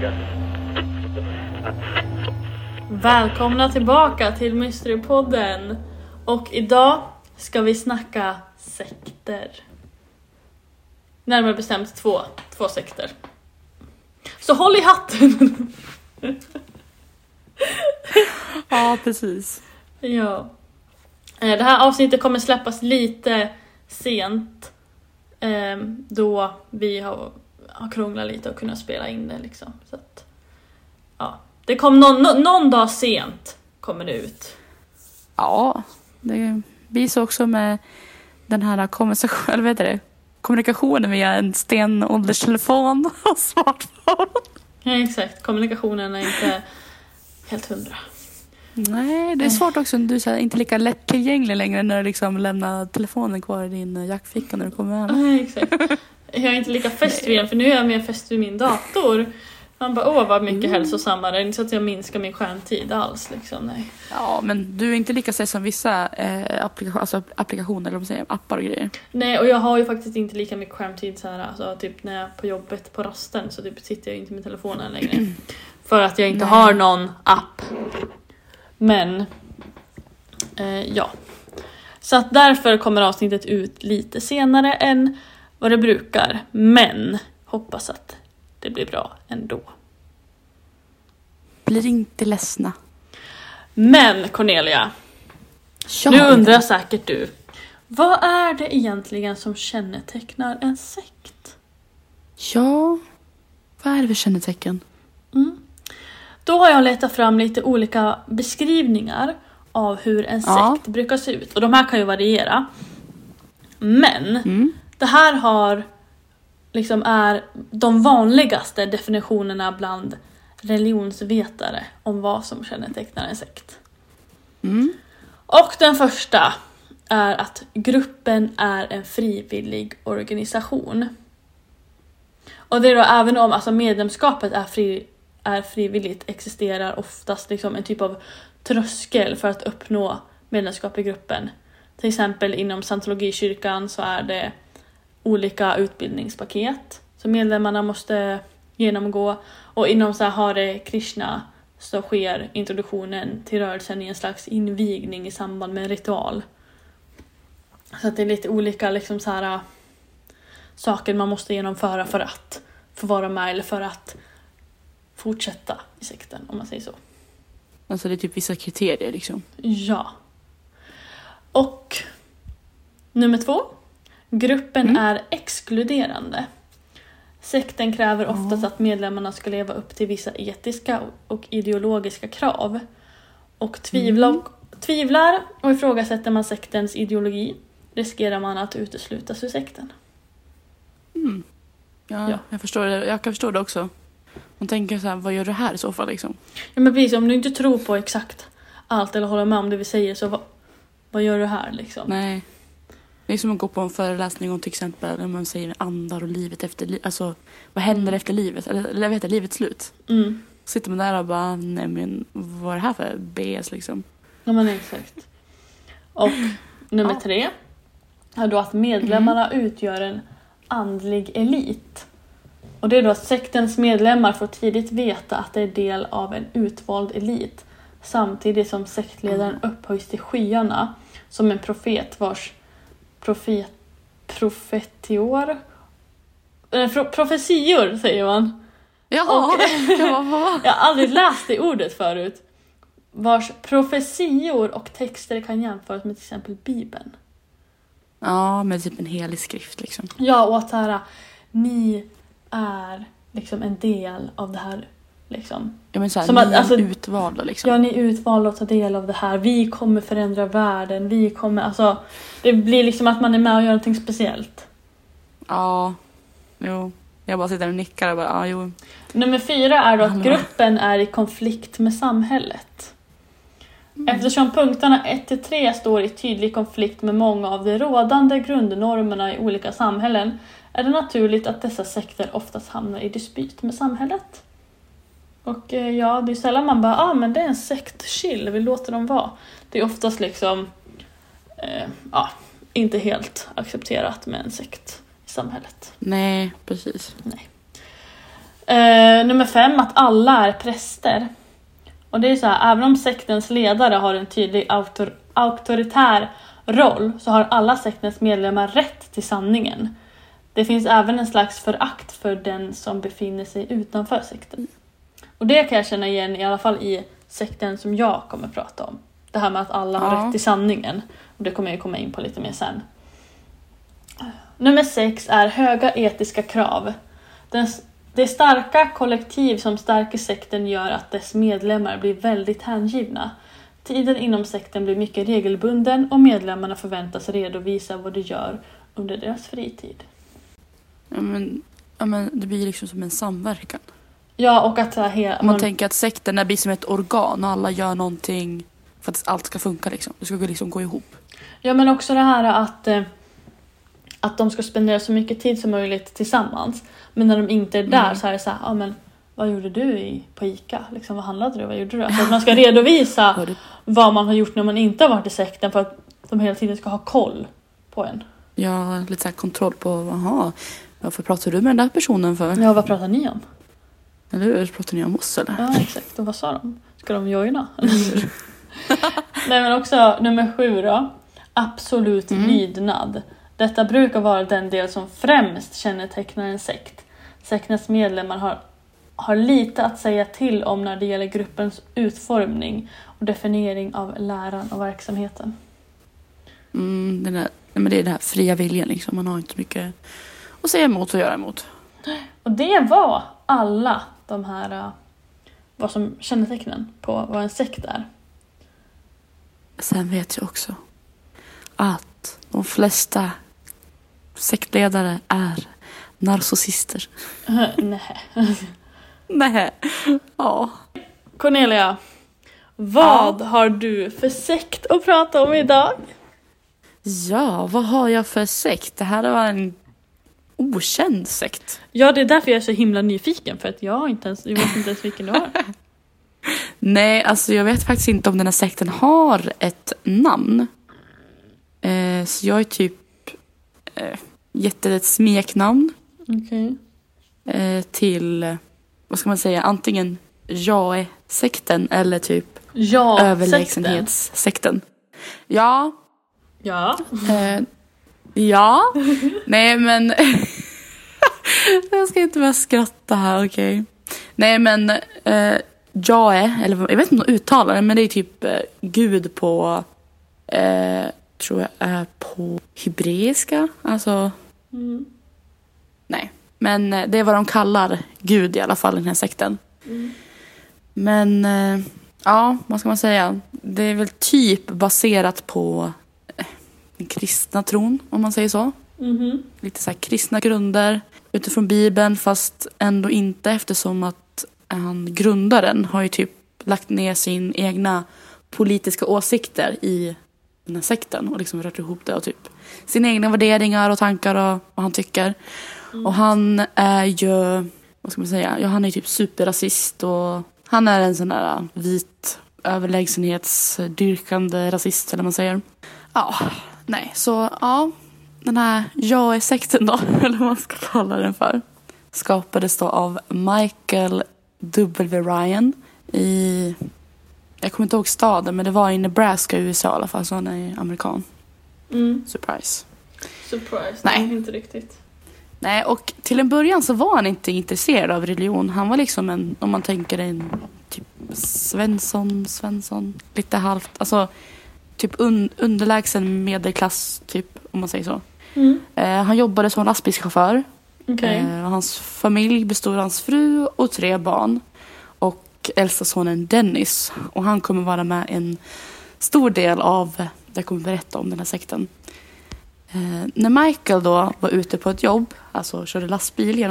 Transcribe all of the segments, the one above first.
Välkomna tillbaka till Mysterypodden. Och idag ska vi snacka sekter. Närmare bestämt två sekter. Så håll i hatten. Ja, precis. Ja. Det här avsnittet kommer släppas lite sent. Då vi har krånglat lite och kunnat spela in det liksom. Så att, ja. Det kom någon dag sent kommer det ut. Ja, det blir så också med den här kommunikationen via en stenålderstelefon och smartphone. Ja, exakt. Kommunikationen är inte helt 100. Nej, det är svårt också. Du är inte lika lättillgänglig längre när du liksom lämnar telefonen kvar i din jackficka när du kommer hem. Ja, exakt. Jag är inte lika fäst vid den, för nu är jag mer fäst vid min dator. Man bara, vad mycket hälsosammare. Det är inte så att jag minskar min skärmtid alls. Liksom. Nej. Ja, men du är inte lika stressad som vissa applikationer, eller vad man säger, appar och grejer. Nej, och jag har ju faktiskt inte lika mycket skärmtid så här. Alltså, typ när jag är på jobbet på rasten så typ sitter jag inte med telefonen längre. För att jag inte har någon app. Men, ja. Så att därför kommer avsnittet ut lite senare än vad det brukar. Men hoppas att det blir bra ändå. Blir inte ledsna. Men Cornelia, nu undrar säkert du, vad är det egentligen som kännetecknar en sekt? Ja, vad är det för kännetecken? Då har jag letat fram lite olika beskrivningar av hur en sekt brukar se ut. Och de här kan ju variera. Men det här är de vanligaste definitionerna bland religionsvetare om vad som kännetecknar en sekt. Och den första är att gruppen är en frivillig organisation. Och det är då även om medlemskapet är frivilligt, existerar oftast liksom en typ av tröskel för att uppnå medlemskap i gruppen. Till exempel inom scientologikyrkan så är det olika utbildningspaket som medlemmarna måste genomgå. Och inom Hare Krishna så sker introduktionen till rörelsen i en slags invigning i samband med en ritual. Så att det är lite olika saker man måste genomföra för att få vara med eller för att fortsätta i sekten, om man säger så. Alltså det är typ vissa kriterier liksom. Ja. Och nummer 2. Gruppen är exkluderande. Sekten kräver oftast att medlemmarna ska leva upp till vissa etiska och ideologiska krav. Och tvivlar och ifrågasätter man sektens ideologi riskerar man att uteslutas ur sekten. Ja. Jag förstår det. Jag kan förstå det också. Man tänker så här, vad gör du här i så fall liksom? Ja, men precis, om du inte tror på exakt allt eller håller med om det vi säger, så vad gör du här liksom? Nej. Det är som att gå på en föreläsning om till exempel när man säger andar och livet efter livet. Alltså, vad händer efter livet? Eller jag vet inte, livets slut. Sitter man där och bara, nej men vad är det här för BS liksom? Ja, men exakt. Och nummer 3 är då att medlemmarna utgör en andlig elit. Och det är då att sektens medlemmar får tidigt veta att det är del av en utvald elit. Samtidigt som sektledaren upphöjs till skyarna som en profet vars profetior säger man. Jaha, jag har aldrig läst det ordet förut. Vars profetior och texter kan jämföras med till exempel Bibeln. Ja, med typ en helig skrift liksom. Ja, och att ni är liksom en del av det här liksom. Ja, men så här, som ni att, är utvalda liksom. Ja, ni är utvalda att ta del av det här. Vi kommer förändra världen. Vi kommer, det blir liksom att man är med och gör någonting speciellt. Ja, jo. Jag bara sitter och nickar och bara, jo. Nummer 4 är då att gruppen är i konflikt med samhället. Eftersom punkterna 1-3 står i tydlig konflikt med många av de rådande grundnormerna i olika samhällen är det naturligt att dessa sekter oftast hamnar i dispyt med samhället. Och det är sällan man bara, men det är en sekt, chill, vi låter dem vara. Det är oftast liksom inte helt accepterat med en sekt i samhället. Nej, precis. Nej. Nummer 5, att alla är präster. Och det är så här, även om sektens ledare har en tydlig auktoritär roll så har alla sektens medlemmar rätt till sanningen. Det finns även en slags förakt för den som befinner sig utanför sekten. Och det kan jag känna igen i alla fall i sekten som jag kommer prata om. Det här med att alla har rätt till sanningen. Och det kommer jag komma in på lite mer sen. Nummer 6 är höga etiska krav. Det starka kollektiv som stärker sekten gör att dess medlemmar blir väldigt hängivna. Tiden inom sekten blir mycket regelbunden och medlemmarna förväntas redovisa vad de gör under deras fritid. Ja, men det blir liksom som en samverkan. Ja, och att man tänker att sekten blir som ett organ och alla gör någonting för att allt ska funka liksom. Det ska liksom gå ihop. Ja, men också det här att de ska spendera så mycket tid som möjligt tillsammans. Men när de inte är där så är det så här, men vad gjorde du på ICA? Liksom, vad handlade du? Vad gjorde du? Alltså att man ska redovisa vad man har gjort när man inte har varit i sekten för att de hela tiden ska ha koll på en. Ja, lite så här kontroll på, varför pratar du med den där personen för? Ja, vad pratar ni om? Eller hur? Pratar ni om oss eller? Ja, exakt. Och vad sa de? Ska de joina? Nej, men också nummer 7 då. Absolut lydnad. Detta brukar vara den del som främst kännetecknar en sekt. Sektens medlemmar har lite att säga till om när det gäller gruppens utformning och definiering av läran och verksamheten. Men det är det här fria viljan liksom. Man har inte mycket att säga emot och göra emot. Och det var alla de här vad som kännetecknen på vad en sekt är. Sen vet jag också att de flesta sektledare är narcissister. Nej. Ja. Cornelia, vad har du för sekt att prata om idag? Ja, vad har jag för sekt? Det här var en okänd sekt. Ja, det är därför jag är så himla nyfiken. För att jag vet inte ens vilken det var. Nej, alltså jag vet faktiskt inte om den här sekten har ett namn. Så jag är typ gett ett smeknamn. Okej. Till, vad ska man säga, antingen Jae-sekten eller typ överlägsenhetssekten. Ja. Ja. Ja. Nej, men jag ska inte bara skratta här, okej. Nej, men Jae, eller jag vet inte om de uttalar det, men det är typ Gud på tror jag är på hebreiska. Alltså nej. Men det är vad de kallar Gud i alla fall i den här sekten. Men ja, vad ska man säga? Det är väl typ baserat på den kristna tron, om man säger så. Lite så här kristna grunder utifrån Bibeln, fast ändå inte, eftersom att grundaren har ju typ lagt ner sin egna politiska åsikter i den här sekten och liksom rört ihop det och typ sina egna värderingar och tankar och vad han tycker. Och han är ju, vad ska man säga, ja, han är typ superrasist och han är en sån där vit överlägsenhetsdyrkande rasist, eller man säger. Ja, nej, så ja, den här Jae-sekten då, eller vad man ska kalla den för, skapades då av Michael W. Ryan i, jag kommer inte ihåg staden, men det var i Nebraska i USA i alla fall, så han är amerikan. Surprise. Nej, inte riktigt. Nej, och till en början så var han inte intresserad av religion. Han var liksom en, om man tänker en typ Svensson, lite halvt, alltså typ underlägsen medelklass typ, om man säger så. Han jobbade som lastbilschaufför. Hans familj bestod av hans fru och 3 barn och äldsta sonen Dennis, och han kommer vara med en stor del av det jag kommer berätta om den här sekten. När Michael då var ute på ett jobb, alltså körde lastbil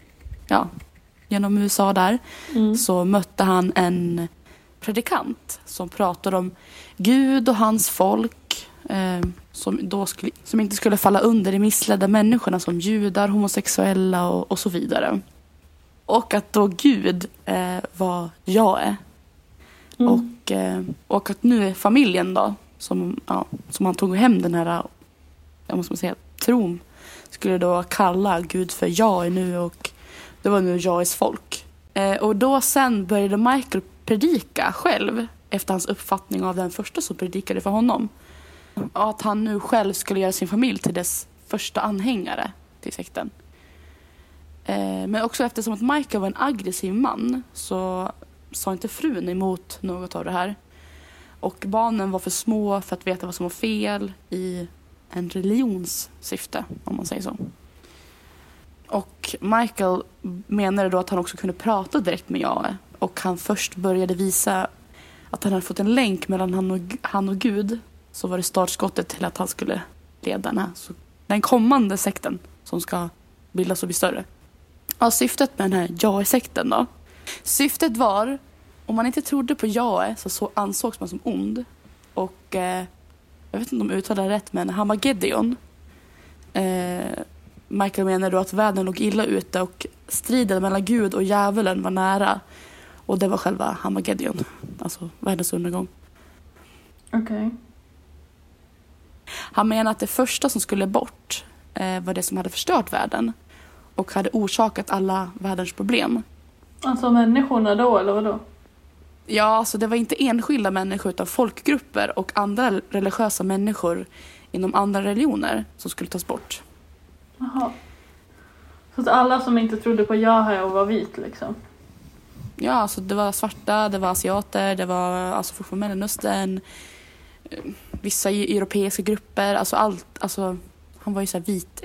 genom USA där, så mötte han en predikant som pratade om Gud och hans folk, som inte skulle falla under de missledda människorna som judar, homosexuella och så vidare. Och att då Gud var Jae. Och att nu är familjen då, som han tog hem den här, jag måste säga, tron, skulle då kalla Gud för Jae nu, och Det var nu Jaes folk. Och då sen började Michael predika själv efter hans uppfattning av den första som predikade för honom. Att han nu själv skulle göra sin familj till dess första anhängare till sekten. Men också eftersom att Michael var en aggressiv man så sa inte frun emot något av det här. Och barnen var för små för att veta vad som var fel i en religionssyfte, om man säger så. Och Michael menade då att han också kunde prata direkt med Jae. Och han först började visa att han hade fått en länk mellan han och Gud. Så var det startskottet till att han skulle leda den kommande sekten som ska bildas och bli större. Ja, syftet med den här Jae-sekten då. Syftet var, om man inte trodde på Jae så ansågs man som ond. Och jag vet inte om de uttalar rätt, men Hamageddon. Michael menar då att världen låg illa ute och striden mellan Gud och djävulen var nära. Och det var själva Hamageddon, alltså världens undergång. Okej. Han menar att det första som skulle bort var det som hade förstört världen och hade orsakat alla världens problem. Alltså människorna då, eller vadå? Ja, alltså det var inte enskilda människor utan folkgrupper och andra religiösa människor inom andra religioner som skulle tas bort. Jaha. Så att alla som inte trodde på Jahe och var vit liksom? Ja, alltså det var svarta, det var asiater, det var alltså folk från Mellanöstern, vissa europeiska grupper, alltså allt, alltså han var ju så här vit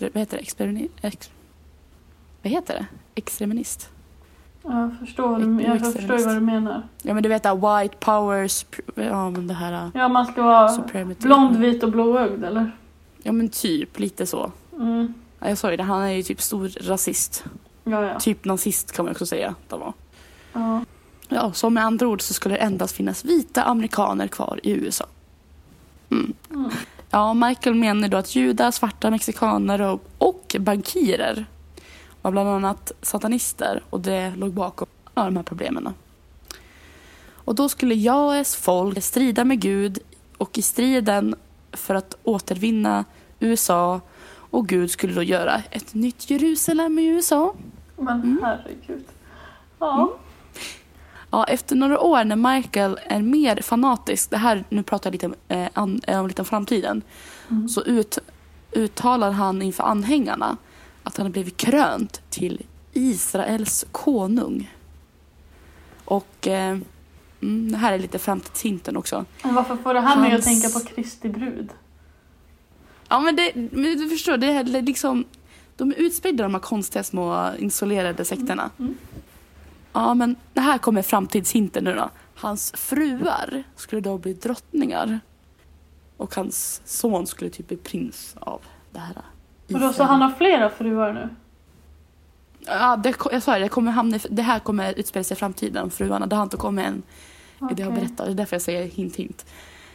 extremist. Jag förstår vad du menar. Ja, men du vet att white powers, ja men det här. Ja, man ska vara blond, vit och blåögd, eller? Ja, men typ lite så. Mm. Ja, jag sa ju det, han är ju typ stor rasist. Ja. Typ nazist kan man också säga det var. Ja. Ja, så med andra ord så skulle det endast finnas vita amerikaner kvar i USA. Mm. Ja, Michael menar då att judar, svarta, mexikaner och bankirer var bland annat satanister och det låg bakom de här problemen. Och då skulle Jaes folk strida med Gud och i striden för att återvinna USA och Gud skulle då göra ett nytt Jerusalem i USA. Men herregud. Ja. Mm. Ja, efter några år när Michael är mer fanatisk, det här nu pratar jag lite om framtiden, så uttalar han inför anhängarna att han har blivit krönt till Israels konung. Och det här är lite framtidshinten också. Men varför får det här mig att tänka på Kristi brud? Ja, men du förstår, det är liksom, de är utspridda de här konstiga små isolerade sekterna. Ja, men det här kommer framtidshinten nu då. Hans fruar skulle då bli drottningar. Och hans son skulle typ bli prins av det här. Och då så han har flera fruar nu? Ja, jag sa det här kommer utspela sig i framtiden. Fruarna, det har inte kommit än. Okay. Det har berättat, det är därför jag säger hint.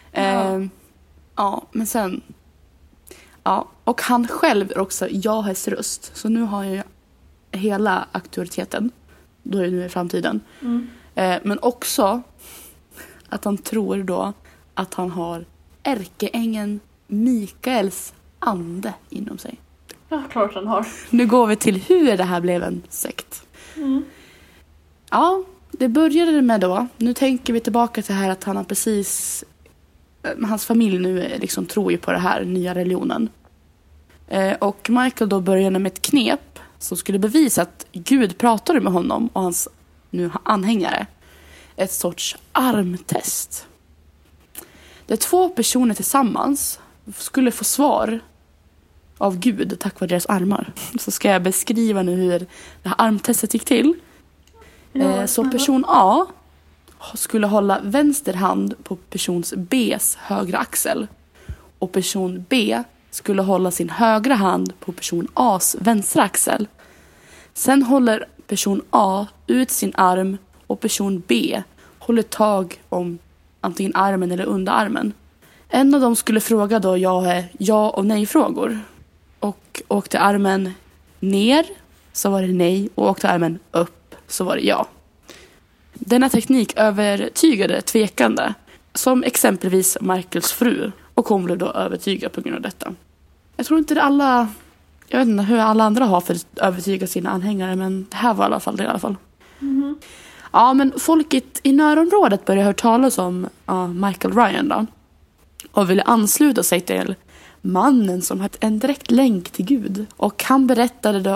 Ja, men sen... Ja, och han själv är också Jahes röst. Så nu har jag hela auktoriteten. Då är det nu i framtiden. Men också att han tror då att han har ärkeängeln Mikaels ande inom sig. Ja, klart han har. Nu går vi till hur det här blev en sekt. Ja, det började med då. Nu tänker vi tillbaka till här att han har precis... Hans familj nu liksom tror ju på det här nya religionen. Och Michael då började med ett knep som skulle bevisa att Gud pratade med honom och hans nu anhängare. Ett sorts armtest. Där 2 personer tillsammans skulle få svar av Gud tack vare deras armar. Så ska jag beskriva nu hur det här armtestet gick till. Så person A skulle hålla vänster hand på persons B:s högra axel. Och person B skulle hålla sin högra hand på person A's vänstra axel. Sen håller person A ut sin arm och person B håller tag om antingen armen eller underarmen. En av dem skulle fråga då ja och nej-frågor. Och åkte armen ner så var det nej och åkte armen upp så var det ja. Denna teknik övertygade tvekande, som exempelvis Michaels fru, och hon blev då övertygad på grund av detta. Jag tror inte alla Jag vet inte hur alla andra har för att övertyga sina anhängare, men det här var i alla fall det i alla fall. Mm. Ja, men folket i närområdet började höra talas om Michael Ryan då. Och ville ansluta sig till mannen som hade en direkt länk till Gud. Och han berättade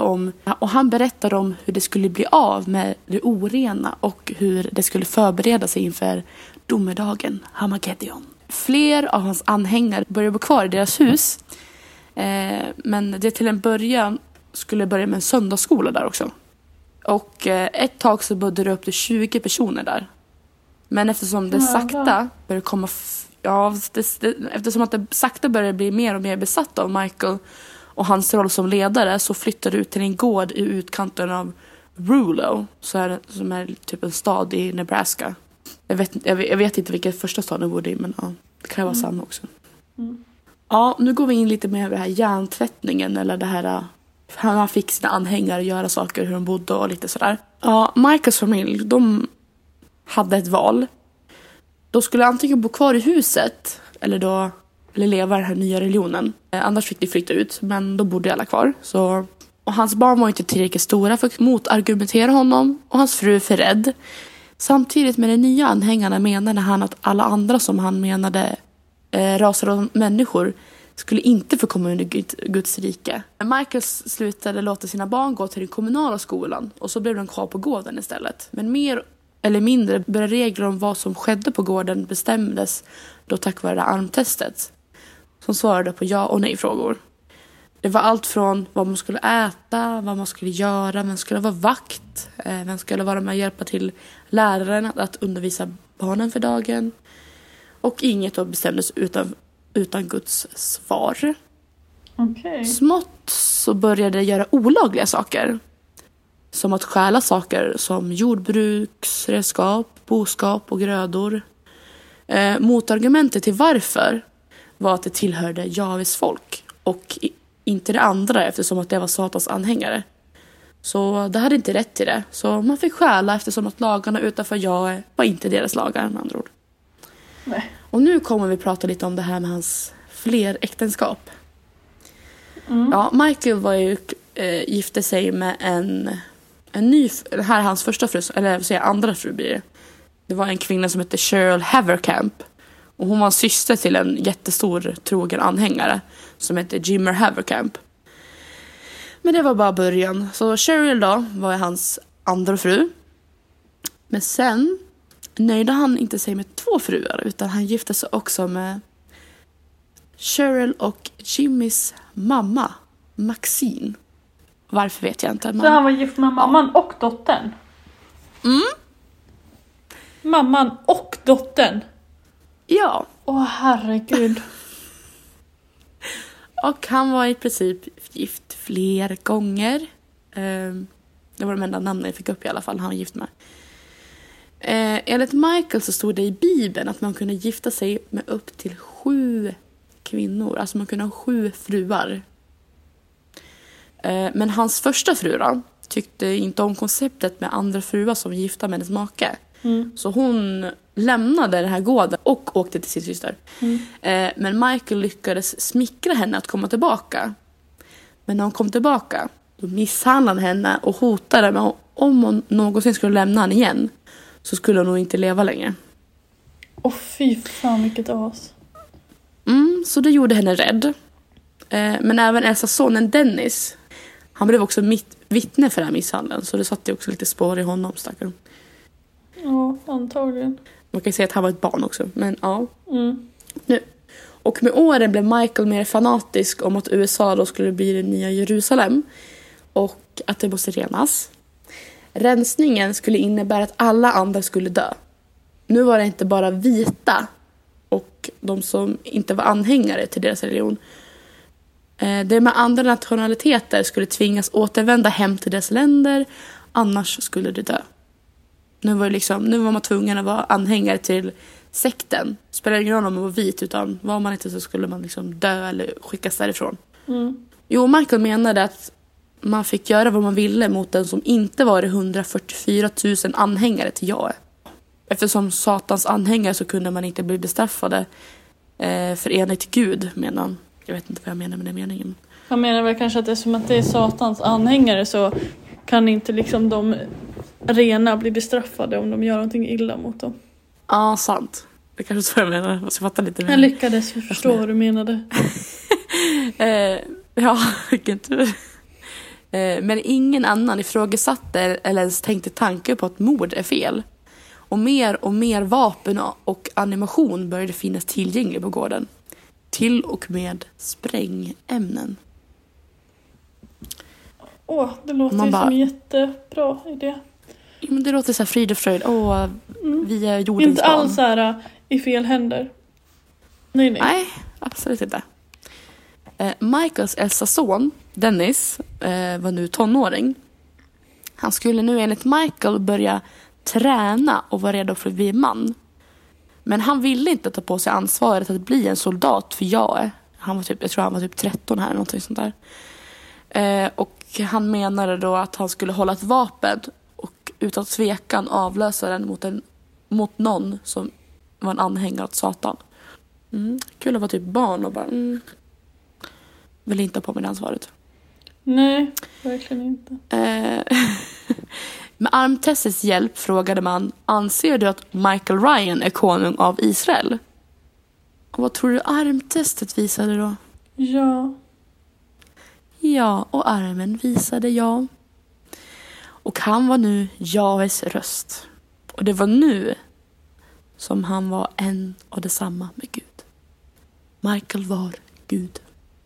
om hur det skulle bli av med det orena och hur det skulle förbereda sig inför domedagen, Hamageddon. Fler av hans anhängare började bo kvar i deras hus. Men det till en början skulle börja med en söndagsskola där också. Och ett tag så bodde det upp till 20 personer där. Men eftersom det sakta började komma... eftersom att det sakta började bli mer och mer besatt av Michael och hans roll som ledare, så flyttade det ut till en gård i utkanten av Rulo, som är typ en stad i Nebraska. Jag vet inte vilken första stad den bodde i, men ja, det kan vara samma också. Mm. Ja, nu går vi in lite mer över det här hjärntvättningen, eller det här hur han fick sina anhängare att göra saker, hur de bodde och lite sådär. Ja, Michaels familj, de hade ett val. De skulle antingen bo kvar i huset eller leva den här nya religionen. Annars fick de flytta ut, men då bodde alla kvar. Och hans barn var inte tillräckligt stora för att motargumentera honom, och hans fru för rädd. Samtidigt med de nya anhängarna menade han att alla andra som han menade raser av människor skulle inte få komma under Guds rike. Michael slutade låta sina barn gå till den kommunala skolan, och så blev de kvar på gården istället. Men mer eller mindre började regler om vad som skedde på gården bestämdes då tack vare det armtestet, som svarade på ja- och nej-frågor. Det var allt från vad man skulle äta, vad man skulle göra, vem skulle vara vakt, vem skulle vara med och hjälpa till läraren att undervisa barnen för dagen. Och inget då bestämdes utan Guds svar. Okay. Smått så började det göra olagliga saker. Som att stjäla saker som jordbruksredskap, boskap och grödor. Motargumentet till varför var att det tillhörde Javes folk och inte det andra, eftersom att det var Satans anhängare. Så det hade inte rätt till det. Så man fick stjäla eftersom att lagarna utanför Jave var inte deras lagar, med andra ord. Nej. Och nu kommer vi prata lite om det här med hans fler äktenskap. Mm. Ja, Michael var ju gifte sig med en ny, det här är hans första fru, eller jag vill säga andra fru blir det. Det var en kvinna som hette Cheryl Haverkamp, och hon var syster till en jättestor trogen anhängare som hette Jimmer Haverkamp. Men det var bara början. Så Cheryl då var hans andra fru. Men sen nöjde han inte sig med 2 fruar, utan han gifte sig också med Cheryl och Jimmys mamma, Maxine. Varför vet jag inte. Så han var gift med mamman och dottern? Mm. Mamman och dottern? Ja. Åh, herregud. Och han var i princip gift fler gånger. Det var de enda namnen jag fick upp i alla fall. Han var gift med. Enligt Michael så stod det i Bibeln att man kunde gifta sig med upp till 7 kvinnor. Alltså man kunde ha 7 fruar. Men hans första fru då, tyckte inte om konceptet med andra fruar som gifta med hennes make. Mm. Så hon lämnade den här gården och åkte till sin syster. Mm. Men Michael lyckades smickra henne att komma tillbaka. Men när hon kom tillbaka, då misshandlade han henne och hotade med att om hon någonsin skulle lämna henne igen, så skulle hon nog inte leva längre. Åh, fy fan, vilket as. Så det gjorde henne rädd. Men även Elsas sonen Dennis, han blev också vittne för den här misshandeln. Så det satte också lite spår i honom, stackaren. Ja, antagligen. Man kan säga att han var ett barn också, men ja. Mm. Nu. Och med åren blev Michael mer fanatisk om att USA då skulle bli det nya Jerusalem. Och att det måste renas. Rensningen skulle innebära att alla andra skulle dö. Nu var det inte bara vita och de som inte var anhängare till deras religion. Det med andra nationaliteter skulle tvingas återvända hem till deras länder, annars skulle de dö. Nu var man tvungen att vara anhängare till sekten. Spelar ingen roll om man var vit, utan var man inte så skulle man liksom dö eller skickas därifrån. Mm. Jo, Michael menade att man fick göra vad man ville mot den som inte var 144 000 anhängare till Jave. Eftersom Satans anhängare så kunde man inte bli bestraffade för enligt Gud, menar han. Jag vet inte vad jag menar med den meningen. Jag menar väl kanske att det är som att det är Satans anhängare, så kan inte liksom de rena bli bestraffade om de gör någonting illa mot dem. Ja, sant. Det kanske är så jag menar. Jag fattar lite mer. Jag lyckades förstå vad du menade. Ja, vilken tur. Men ingen annan ifrågasatte eller ens tänkte tanke på att mord är fel. Och mer vapen och animation började finnas tillgänglig på gården. Till och med sprängämnen. Det låter ju som en jättebra idé. Men det låter så här frid och fröjd. Vi är jordens inte barn. alls så här i fel händer. Nej, absolut inte. Michaels äldsta son, Dennis, var nu tonåring. Han skulle nu enligt Michael börja träna och vara redo för att bli man. Men han ville inte ta på sig ansvaret att bli en soldat för jag tror han var typ 13 här eller någonting sånt där. Och han menade då att han skulle hålla ett vapen och utan tvekan avlösa den mot någon som var en anhängare av Satan. Kul att vara typ barn och bara vill inte ha på mig det ansvaret. Nej, verkligen inte. Med armtestets hjälp frågade man: anser du att Michael Ryan är konung av Israel? Och vad tror du armtestet visade då? Ja. Ja, och armen visade ja. Och han var nu Javes röst. Och det var nu som han var en och detsamma med Gud. Michael var Gud.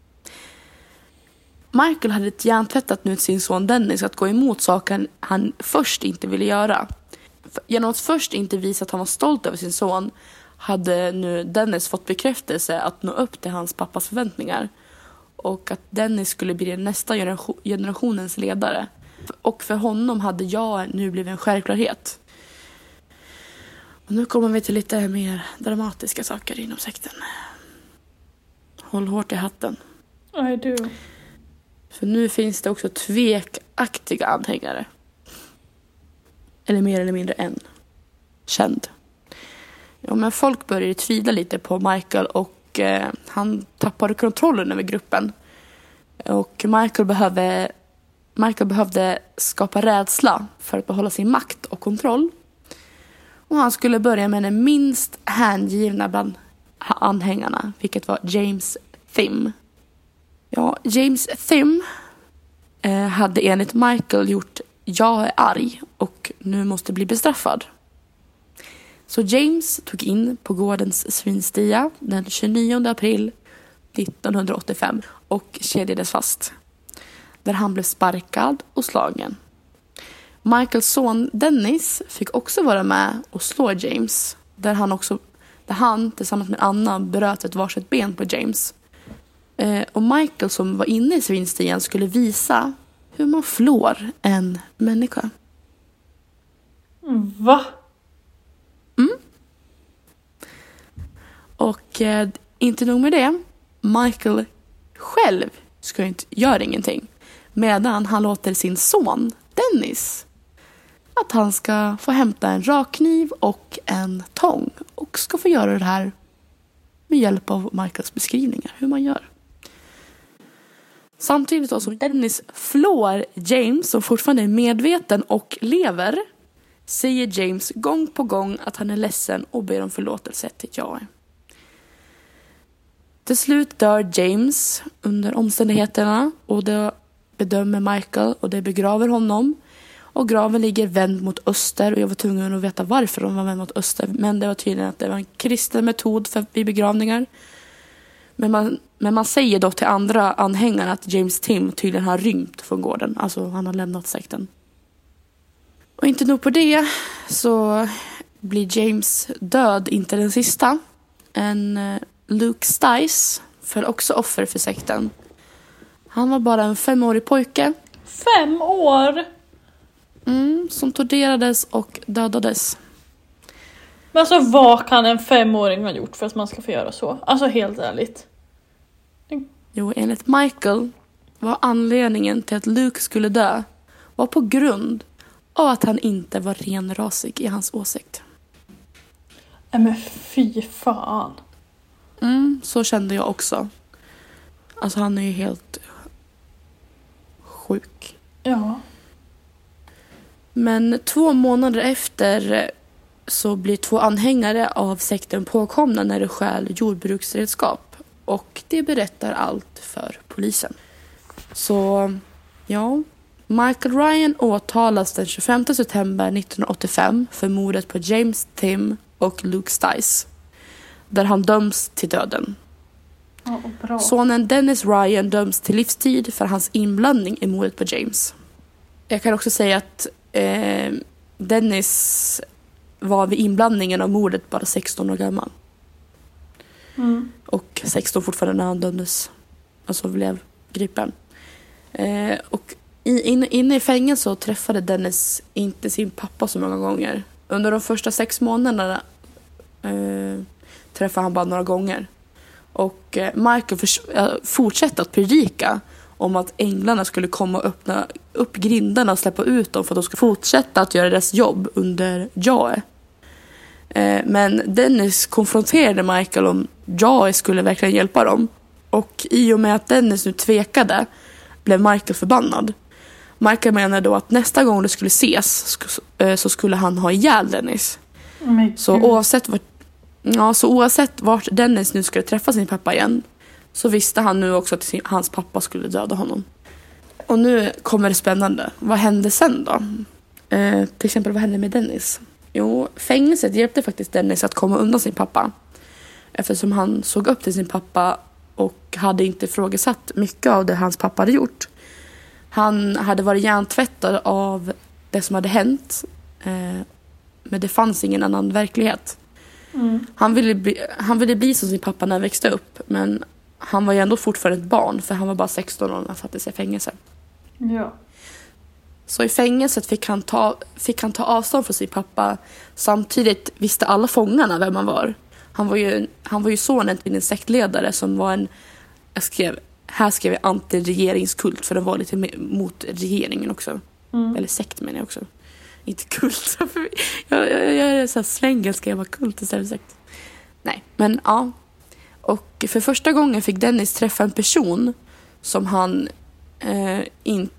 Michael hade hjärntvättat nu sin son Dennis att gå emot saker han först inte ville göra. Genom att först inte visa att han var stolt över sin son hade nu Dennis fått bekräftelse att nå upp till hans pappas förväntningar. Och att Dennis skulle bli den nästa generationens ledare. Och för honom hade jag nu blivit en självklarhet. Och nu kommer vi till lite mer dramatiska saker inom sekten. Håll hårt i hatten. I do. För nu finns det också tvekaktiga anhängare. Eller mer eller mindre en. Känd. Ja, men folk började tvivla lite på Michael och han tappade kontrollen över gruppen. Och Michael behövde skapa rädsla för att behålla sin makt och kontroll. Och han skulle börja med den minst hängivna bland anhängarna, vilket var James Thim. Ja, James Thim hade enligt Michael gjort "jag är arg och nu måste bli bestraffad". Så James tog in på gårdens svinstia den 29 april 1985 och kedjades fast. Där han blev sparkad och slagen. Michaels son Dennis fick också vara med och slå James. Där han tillsammans med Anna bröt ett varsitt ben på James. Och Michael som var inne i svinstian skulle visa hur man flår en människa. Va? Och inte nog med det. Michael själv gör ingenting. Medan han låter sin son Dennis att han ska få hämta en rakkniv och en tång. Och ska få göra det här med hjälp av Michaels beskrivningar hur man gör. Samtidigt då som Dennis flår James som fortfarande är medveten och lever, säger James gång på gång att han är ledsen och ber om förlåtelse till Joey. Till slut dör James under omständigheterna och det bedömer Michael och det begraver honom. Och graven ligger vänd mot öster och jag var tvungen att veta varför de var vänd mot öster. Men det var tydligen att det var en kristen metod vid begravningar. Men man säger dock till andra anhängare att James Thim tydligen har rymt från gården. Alltså han har lämnat sekten. Och inte nog på det så blir James död inte den sista. Luke Stice föll också offer för sekten. Han var bara en 5-årig pojke. 5 år? Som torterades och dödades. Men alltså vad kan en 5-åring ha gjort för att man ska få göra så? Alltså helt ärligt. Jo, enligt Michael var anledningen till att Luke skulle dö var på grund av att han inte var renrasig i hans åsikt. Nej men fy fan. Så kände jag också. Alltså han är ju helt sjuk. Ja. Men 2 månader efter så blir 2 anhängare av sekten påkomna när de stjäl jordbruksredskap. Och det berättar allt för polisen. Så ja, Michael Ryan åtalas den 25 september 1985 för mordet på James Tim och Luke Stice, där han döms till döden. Ja, bra. Sonen Dennis Ryan döms till livstid för hans inblandning i mordet på James. Jag kan också säga att Dennis var vid inblandningen av mordet bara 16 år gammal. Och 16 fortfarande när han dömdes. Alltså blev gripen. Och inne i fängelset så träffade Dennis inte sin pappa så många gånger. Under de första 6 månaderna träffade han bara några gånger. Och Michael fortsatte att predika om att änglarna skulle komma och öppna upp grindarna och släppa ut dem för att de skulle fortsätta att göra deras jobb under Jae. Men Dennis konfronterade Michael om Jae skulle verkligen hjälpa dem. Och i och med att Dennis nu tvekade blev Michael förbannad. Michael menade då att nästa gång det skulle ses så skulle han ha ihjäl Dennis. Så oavsett vart Dennis nu skulle träffa sin pappa igen, så visste han nu också att hans pappa skulle döda honom. Och nu kommer det spännande. Vad hände sen då? Till exempel, vad hände med Dennis? Jo, fängelset hjälpte faktiskt Dennis att komma undan sin pappa. Eftersom han såg upp till sin pappa och hade inte ifrågasatt mycket av det hans pappa hade gjort. Han hade varit hjärntvättad av det som hade hänt. Men det fanns ingen annan verklighet. Han ville bli som sin pappa när han växte upp. Men han var ju ändå fortfarande ett barn. För han var bara 16 år när han sattes i fängelse. Ja. Så i fängelset fick han ta avstånd från sin pappa. Samtidigt visste alla fångarna vem han var. Han var ju sonen till en sektledare som var här skrev jag anti-regeringskult, för de var lite mot regeringen också. Eller sekt menar jag också. Inte kult. jag är så här slängel, jag var kult istället för sekt. Nej, men ja. Och för första gången fick Dennis träffa en person som han inte...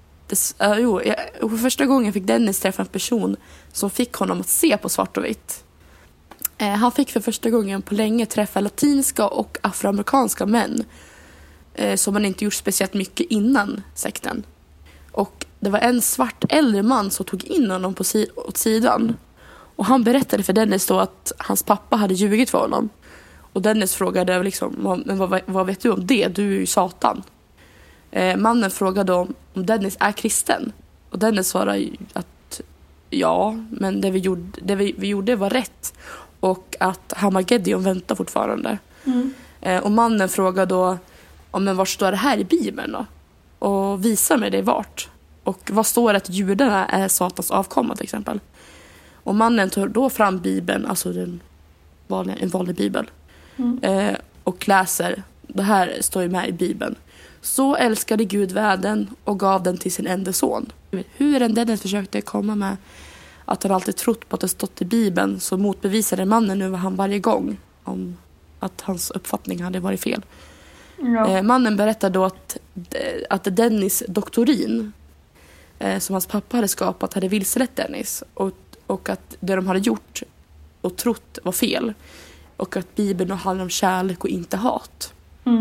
för första gången fick Dennis träffa en person som fick honom att se på svart och vitt. Han fick för första gången på länge träffa latinska och afroamerikanska män som han inte gjort speciellt mycket innan sekten. Och det var en svart äldre man som tog in honom åt sidan. Och han berättade för Dennis då att hans pappa hade ljugit för honom. Och Dennis frågade liksom, vad vet du om det? Du är ju Satan. Mannen frågade om Dennis är kristen. Och Dennis svarade att ja, men det vi gjorde var rätt. Och att Hamageddon väntar fortfarande. Och mannen frågade då, men var står det här i Bibeln då? Och visar mig det vart. Och vad står det att judarna är Satans avkomma till exempel? Och mannen tar då fram Bibeln, alltså en vanlig Bibel. Och läser, det här står ju med i Bibeln. Så älskade Gud världen och gav den till sin enda son. Hur en Dennis försökte komma med att han alltid trott på att det stått i Bibeln, så motbevisade mannen nu han varje gång om att hans uppfattning hade varit fel. Ja. Mannen berättade då att Dennis doktorin som hans pappa hade skapat hade vilselett Dennis. Och att det de hade gjort och trott var fel. Och att Bibeln handlar om kärlek och inte hat.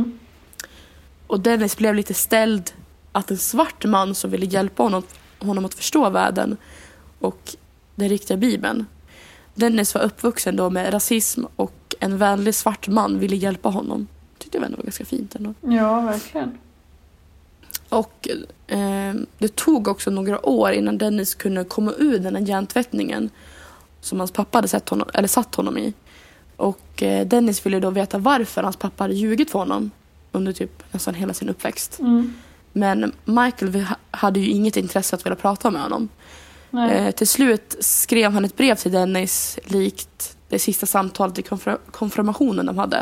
Och Dennis blev lite ställd att en svart man som ville hjälpa honom att förstå världen och den riktiga Bibeln. Dennis var uppvuxen då med rasism och en vänlig svart man ville hjälpa honom. Tyckte jag ändå var ganska fint ändå. Ja, verkligen. Och det tog också några år innan Dennis kunde komma ur den här hjärntvättningen som hans pappa hade satt honom i. Och Dennis ville då veta varför hans pappa hade ljugit för honom under typ nästan hela sin uppväxt. Men Michael hade ju inget intresse att vilja prata med honom. Till slut skrev han ett brev till Dennis likt det sista samtalet i konfirmationen de hade.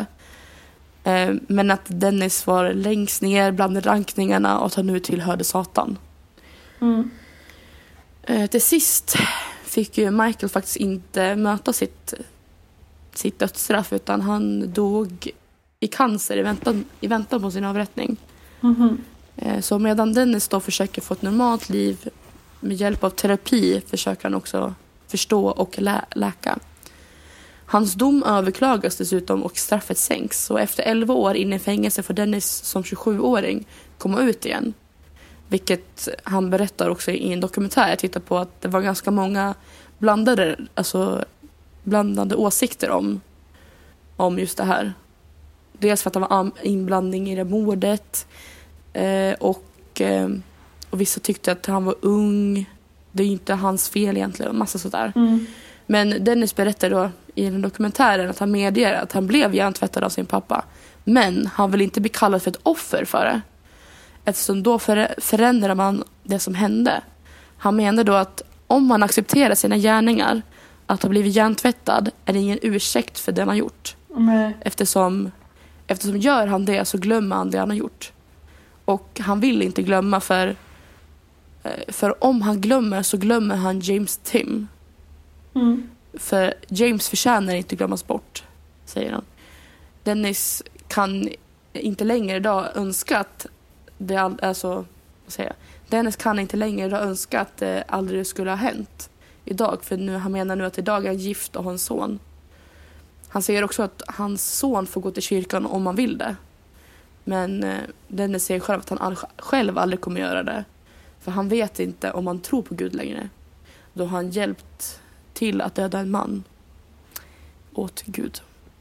Men att Dennis var längst ner bland rankningarna och att han nu tillhörde Satan. Till sist fick ju Michael faktiskt inte möta sitt dödsstraff, utan han dog i cancer i väntan på sin avrättning. Så medan Dennis då försöker få ett normalt liv med hjälp av terapi försöker han också förstå och läka. Hans dom överklagas dessutom och straffet sänks. Så efter 11 år inne i fängelse får Dennis som 27-åring komma ut igen. Vilket han berättar också i en dokumentär jag tittar på, att det var ganska många blandade åsikter om just det här. Dels för att det var inblandning i det mordet och vissa tyckte att han var ung. Det är ju inte hans fel egentligen, massa sådär. Men Dennis berättar då i den dokumentären att han medger att han blev hjärntvättad av sin pappa. Men han vill inte bli kallad för ett offer för det. Eftersom då förändrar man det som hände. Han menar då att om man accepterar sina gärningar, att ha blivit hjärntvättad, är det ingen ursäkt för det man gjort. Eftersom gör han det så glömmer han det han har gjort. Och han vill inte glömma för om han glömmer så glömmer han James Tim. För James förtjänar inte glömmas bort, säger han. Dennis kan inte längre idag önska att Dennis kan inte längre idag önska att det aldrig skulle ha hänt idag. För nu, han menar nu att idag är han gift och har en son. Han säger också att hans son får gå till kyrkan om han vill det. Men Dennis säger själv att han själv aldrig kommer göra det. För han vet inte om han tror på Gud längre. Då har han hjälpt till att döda en man åt Gud.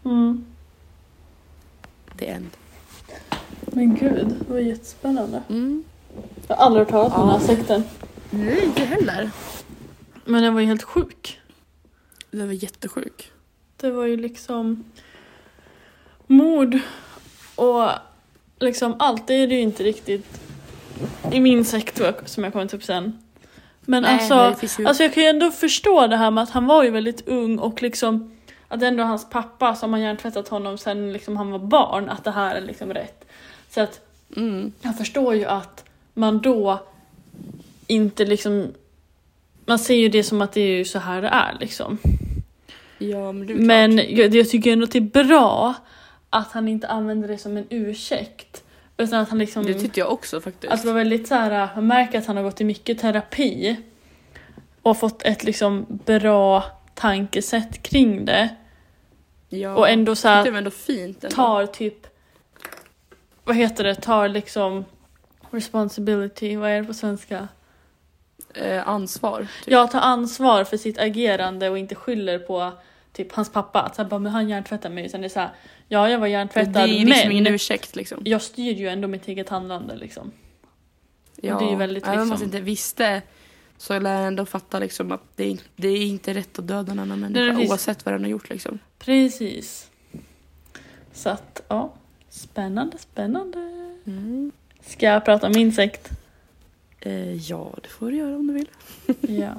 Det är en. Men gud, det var jättespännande. Jag har aldrig hört talas om den här sekten. Nej, inte heller. Men den var ju helt sjuk. Den var jättesjuk. Det var ju liksom mord och liksom allt. Det är det ju inte riktigt i min sekt som jag kommer till sen. Men nej, alltså jag kan ju ändå förstå det här med att han var ju väldigt ung och liksom att ändå hans pappa som har hjärntvättat honom sen liksom han var barn, att det här är liksom rätt. Så att jag förstår ju att man då inte liksom, man ser ju det som att det är ju så här det är liksom. Ja, men jag tycker ändå att det är bra att han inte använder det som en ursäkt. Utan att han liksom, det tycker jag också faktiskt. Att det var väldigt så här, man märker att han har gått i mycket terapi och fått ett liksom bra tankesätt kring det. Ja, och ändå så här, det är ändå fint ändå. Tar typ, vad heter det, tar liksom responsibility, vad är det på svenska? Ansvar. Typ. Ja, tar ansvar för sitt agerande och inte skyller på typ hans pappa. Att så här, men han hjärntvättar mig. Sen det är så här, ja, jag var hjärntvättad, det är liksom ingen ursäkt liksom. Jag styr ju ändå mitt eget handlande liksom. Ja, och det är ju väldigt även om liksom, man inte visste så lär jag ändå fatta liksom att det är inte rätt att döda en annan människa oavsett vad den har gjort liksom. Precis. Så att, ja. Spännande. Ska jag prata om min sekt? Ja, det får du göra om du vill. Ja.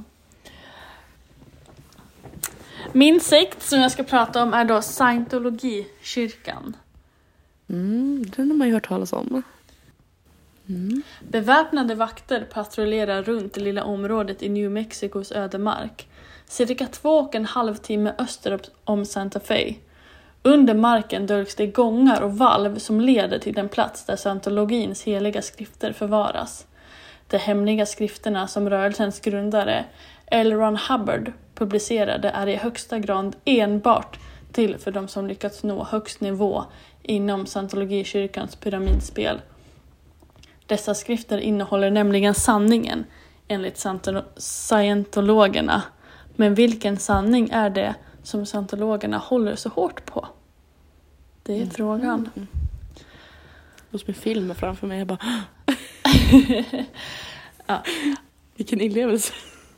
Min sekt som jag ska prata om är då Scientologikyrkan. Den har man ju hört talas om. Beväpnade vakter patrullerar runt det lilla området i New Mexicos ödemark. Cirka 2,5 timme öster om Santa Fe. Under marken döljs det gångar och valv som leder till den plats där scientologins heliga skrifter förvaras. De hemliga skrifterna som rörelsens grundare L. Ron Hubbard publicerade är i högsta grad enbart till för de som lyckats nå högst nivå inom scientologikyrkans pyramidspel. Dessa skrifter innehåller nämligen sanningen enligt scientologerna. Men vilken sanning är det som scientologerna håller så hårt på? Det är frågan. Och som en film framför mig. Jag bara... ja. Vilken inlevelse.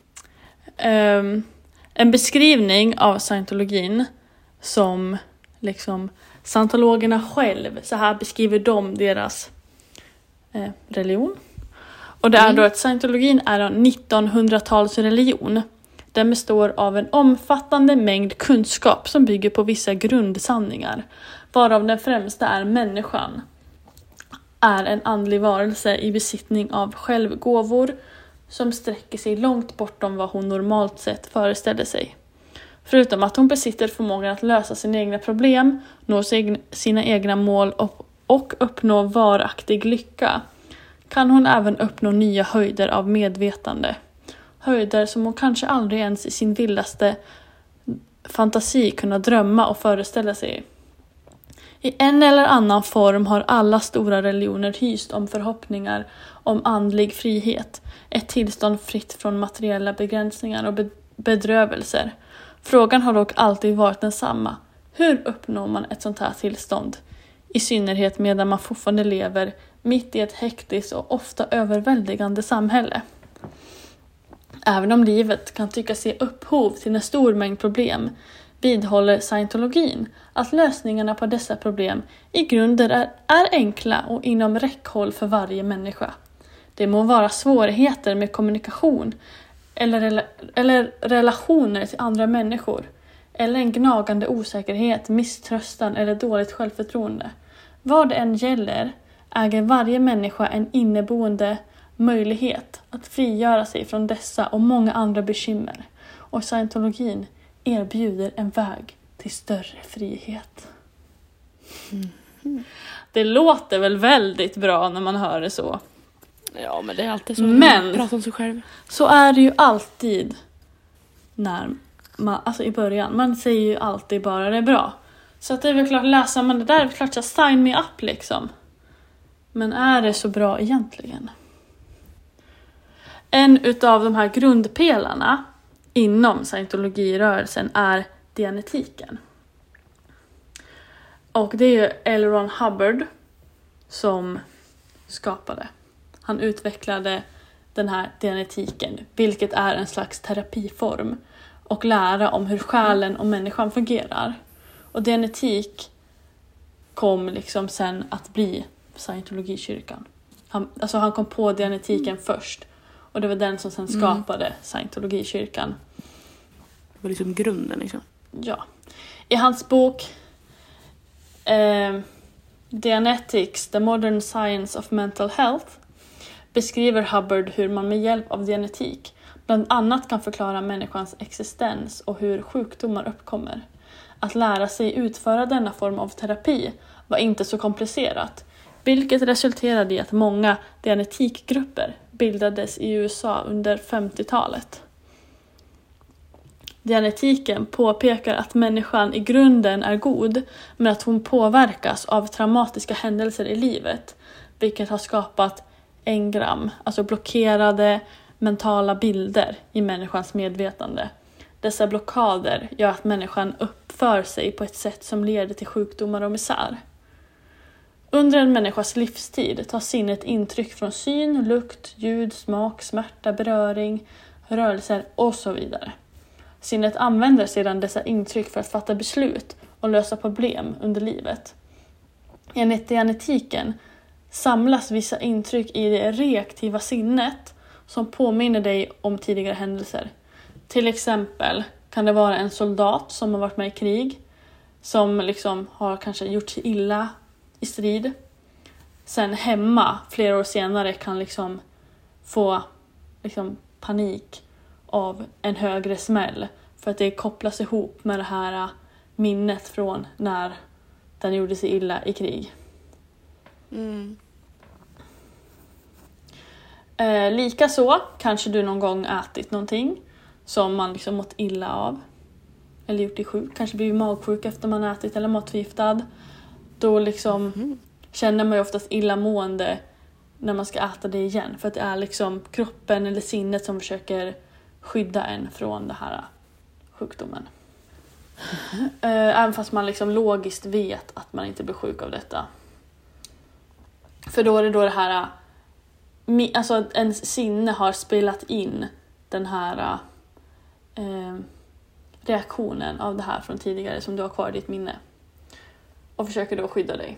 En beskrivning av scientologin som liksom scientologerna själv, så här beskriver de deras religion. Och det är då att scientologin är en 1900-talsreligion. Den består av en omfattande mängd kunskap som bygger på vissa grundsanningar, varav den främsta är människan är en andlig varelse i besittning av självgåvor som sträcker sig långt bortom vad hon normalt sett föreställer sig. Förutom att hon besitter förmågan att lösa sina egna problem, nå sina egna mål och uppnå varaktig lycka kan hon även uppnå nya höjder av medvetande. Höjder som hon kanske aldrig ens i sin vildaste fantasi kunna drömma och föreställa sig. I en eller annan form har alla stora religioner hyst om förhoppningar om andlig frihet, ett tillstånd fritt från materiella begränsningar och bedrövelser. Frågan har dock alltid varit densamma. Hur uppnår man ett sånt här tillstånd? I synnerhet medan man fortfarande lever mitt i ett hektiskt och ofta överväldigande samhälle. Även om livet kan tyckas ge upphov till en stor mängd problem, vidhåller scientologin att lösningarna på dessa problem i grunden är enkla och inom räckhåll för varje människa. Det må vara svårigheter med kommunikation eller relationer till andra människor, eller en gnagande osäkerhet, misströstan eller dåligt självförtroende. Vad det än gäller äger varje människa en inneboende möjlighet att frigöra sig från dessa och många andra bekymmer. Och scientologin erbjuder en väg till större frihet. Det låter väl väldigt bra när man hör det så. Ja, men det är alltid så. Men prata om sig själv. Så är det ju alltid när man, alltså i början. Man säger ju alltid bara det är bra. Så att det är väl klart, läser man det där är det klart att sign me up liksom. Men är det så bra egentligen? En utav de här grundpelarna inom scientologirörelsen är dianetiken. Och det är ju L. Ron Hubbard som skapade. Han utvecklade den här dianetiken, vilket är en slags terapiform och lära om hur själen och människan fungerar. Och dianetik kom liksom sen att bli scientologikyrkan. Han kom på dianetiken först. Och det var den som sen skapade scientologikyrkan. Det var liksom grunden liksom. Ja. I hans bok Dianetics, The Modern Science of Mental Health beskriver Hubbard hur man med hjälp av dianetik bland annat kan förklara människans existens och hur sjukdomar uppkommer. Att lära sig utföra denna form av terapi var inte så komplicerat, vilket resulterade i att många dianetikgrupper bildades i USA under 50-talet. Dianetiken påpekar att människan i grunden är god, men att hon påverkas av traumatiska händelser i livet, vilket har skapat engram, alltså blockerade mentala bilder i människans medvetande. Dessa blockader gör att människan uppför sig på ett sätt som leder till sjukdomar och misär. Under en människas livstid tar sinnet intryck från syn, lukt, ljud, smak, smärta, beröring, rörelser och så vidare. Sinnet använder sedan dessa intryck för att fatta beslut och lösa problem under livet. Enligt dianetiken samlas vissa intryck i det reaktiva sinnet som påminner dig om tidigare händelser. Till exempel kan det vara en soldat som har varit med i krig, som liksom har kanske gjort sig illa i strid. Sen hemma, flera år senare, kan liksom få liksom panik av en högre smäll. För att det kopplas ihop med det här minnet från när den gjorde sig illa i krig. Likaså kanske du någon gång ätit någonting som man liksom mått illa av. Eller gjort dig sjuk. Kanske blir magsjuk efter man ätit eller matförgiftad. Då liksom känner man ju oftast illamående när man ska äta det igen. För att det är liksom kroppen eller sinnet som försöker skydda en från det här sjukdomen. Även fast man liksom logiskt vet att man inte blir sjuk av detta. För då är det då det här, alltså ens sinne har spelat in den här reaktionen av det här från tidigare som du har kvar i ditt minne. Och försöker då skydda dig.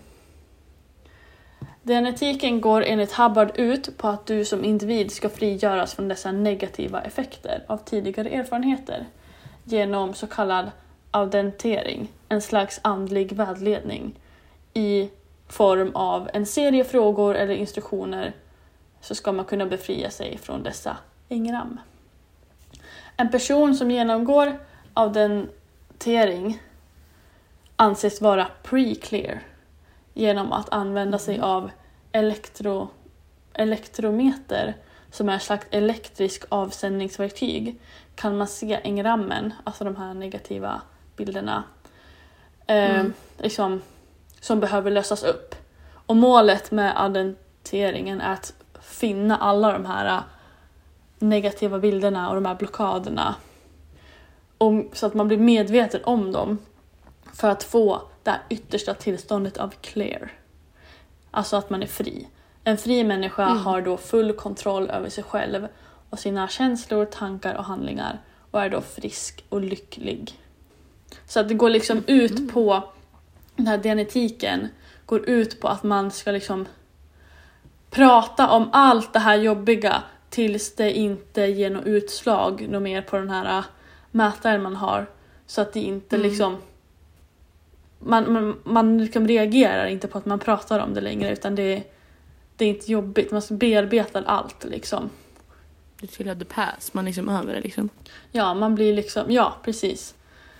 Dianetiken går enligt Hubbard ut på att du som individ ska frigöras från dessa negativa effekter av tidigare erfarenheter genom så kallad audentering, en slags andlig vägledning i form av en serie frågor eller instruktioner, så ska man kunna befria sig från dessa engram. En person som genomgår audentering anses vara pre-clear genom att använda sig av elektrometer, som är ett slags elektrisk avsändningsverktyg, kan man se engrammen, alltså de här negativa bilderna, liksom, som behöver lösas upp. Och målet med identifieringen är att finna alla de här negativa bilderna och de här blockaderna, så att man blir medveten om dem, för att få det yttersta tillståndet av clear. Alltså att man är fri. En fri människa har då full kontroll över sig själv och sina känslor, tankar och handlingar, och är då frisk och lycklig. Så att det går liksom ut på, den här dianetiken går ut på att man ska liksom prata om allt det här jobbiga tills det inte ger något utslag något mer på den här mätaren man har, så att det inte liksom man liksom reagerar inte på att man pratar om det längre, utan det är inte jobbigt, man bearbetar allt liksom. Det tillhör the past, man liksom över det liksom. Ja, man blir liksom, ja precis.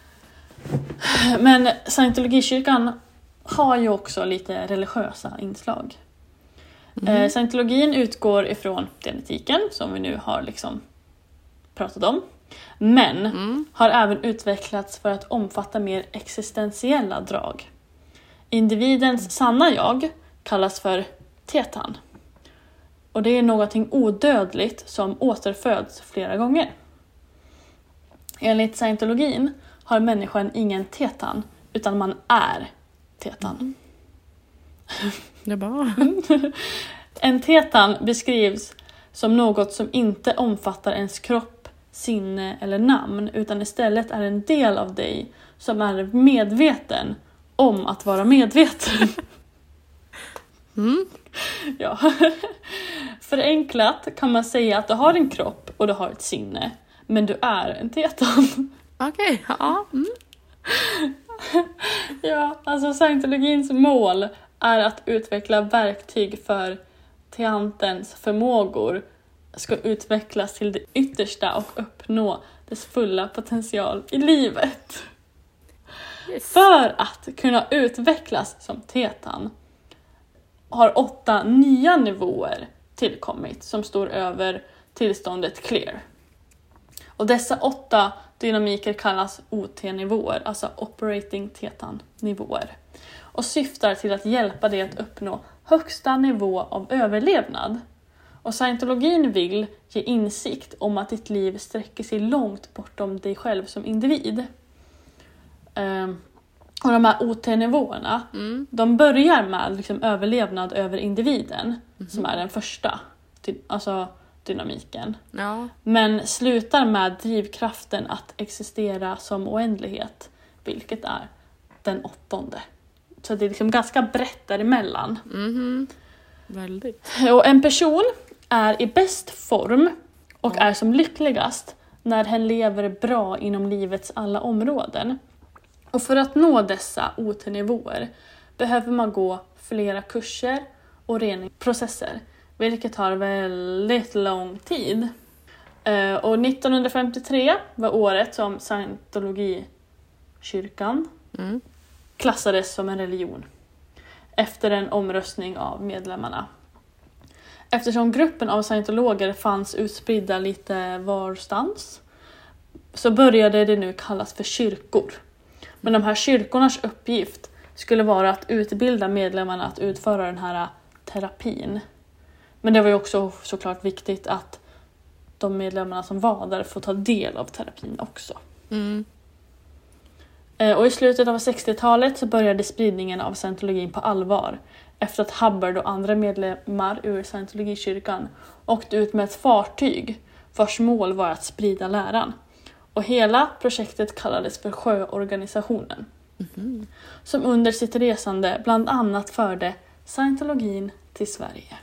Men scientologikyrkan har ju också lite religiösa inslag. Scientologin utgår ifrån genetiken, som vi nu har liksom pratat om, men har även utvecklats för att omfatta mer existentiella drag. Individens sanna jag kallas för tetan, och det är någonting odödligt som återföds flera gånger. Enligt scientologin har människan ingen tetan, utan man är tetan. Det är bra. En tetan beskrivs som något som inte omfattar ens kropp, sinne eller namn, utan istället är en del av dig som är medveten om att vara medveten. Ja. Förenklat kan man säga att du har en kropp och du har ett sinne, men du är en tetan. Okej, ja. Ja, alltså scientologins mål är att utveckla verktyg för teantens förmågor ska utvecklas till det yttersta och uppnå dess fulla potential i livet. Yes. För att kunna utvecklas som tetan har 8 nya nivåer tillkommit som står över tillståndet clear. Och dessa 8 dynamiker kallas OT-nivåer, alltså operating tetan-nivåer, och syftar till att hjälpa dig att uppnå högsta nivå av överlevnad. Och scientologin vill ge insikt om att ditt liv sträcker sig långt bortom dig själv som individ. Och de här OT-nivåerna, de börjar med liksom överlevnad över individen, som är den första alltså dynamiken. Ja. Men slutar med drivkraften att existera som oändlighet, vilket är den 8:e. Så det är liksom ganska brett däremellan. Väldigt. Och en person är i bäst form och är som lyckligast när hen lever bra inom livets alla områden. Och för att nå dessa OT-nivåer behöver man gå flera kurser och reningsprocesser, vilket tar väldigt lång tid. Och 1953 var året som scientologikyrkan klassades som en religion efter en omröstning av medlemmarna. Eftersom gruppen av scientologer fanns utspridda lite varstans, så började det nu kallas för kyrkor. Men de här kyrkornas uppgift skulle vara att utbilda medlemmarna att utföra den här terapin. Men det var ju också såklart viktigt att de medlemmarna som var där får ta del av terapin också. Och i slutet av 60-talet så började spridningen av scientologin på allvar, efter att Hubbard och andra medlemmar ur scientologikyrkan åkte ut med ett fartyg vars mål var att sprida läran. Och hela projektet kallades för Sjöorganisationen, som under sitt resande bland annat förde scientologin till Sverige.